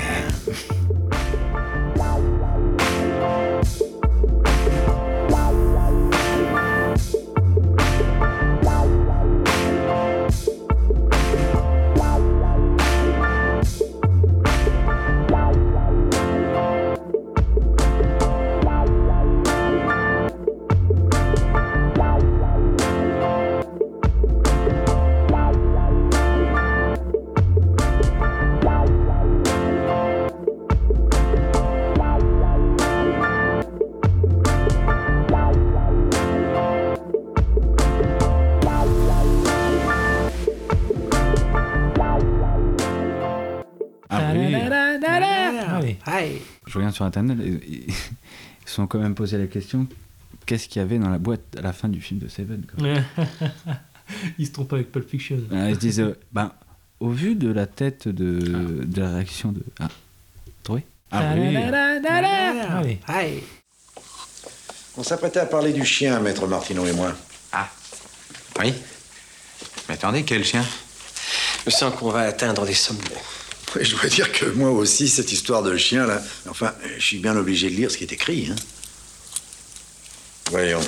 Je regarde sur internet, ils se sont quand même posé la question qu'est-ce qu'il y avait dans la boîte à la fin du film de Seven, quoi. Ils se trompent avec Pulp Fiction. Ils se disent euh, ben, au vu de la tête de, ah. de la réaction de. Ah, trouvé Ah oui. Ah oui. On s'apprêtait à parler du chien, maître Martineau et moi. Ah, oui. Mais attendez, quel chien? Je sens qu'on va atteindre des sommets. Oui, je dois dire que moi aussi, cette histoire de chien, là... Enfin, je suis bien obligé de lire ce qui est écrit, hein. Voyons.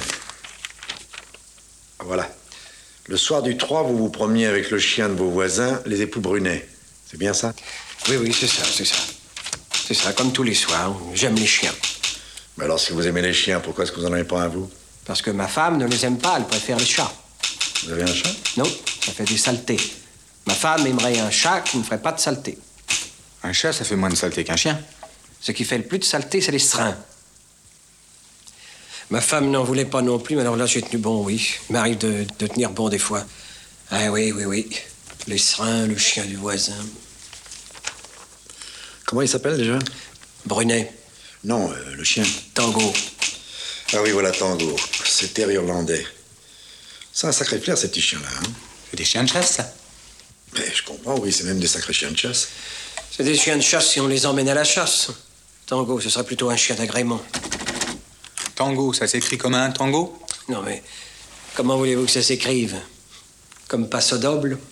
Voilà. Le soir du trois, vous vous promeniez avec le chien de vos voisins, les époux Brunet. C'est bien ça? Oui, oui, c'est ça, c'est ça. C'est ça, comme tous les soirs. J'aime les chiens. Mais alors, si vous aimez les chiens, pourquoi est-ce que vous en avez pas un, vous? Parce que ma femme ne les aime pas, elle préfère les chats. Vous avez un chat? Non, ça fait des saletés. Ma femme aimerait un chat qui ne ferait pas de saleté. Un chat, ça fait moins de saleté qu'un chien. Ce qui fait le plus de saleté, c'est les serins. Ma femme n'en voulait pas non plus, mais alors là, j'ai tenu bon, oui. Il m'arrive de, de tenir bon des fois. Ah oui, oui, oui. Les serins, le chien du voisin. Comment il s'appelle, déjà? Brunet. Non, euh, le chien. Tango. Ah oui, voilà, Tango. C'est terre irlandais. C'est un sacré flair, ces petits chiens-là, hein? C'est des chiens de chasse, ça? Mais je comprends, oui, c'est même des sacrés chiens de chasse. C'est des chiens de chasse si on les emmène à la chasse. Tango, ce serait plutôt un chien d'agrément. Tango, ça s'écrit comme un tango? Non, mais comment voulez-vous que ça s'écrive? Comme passo doble?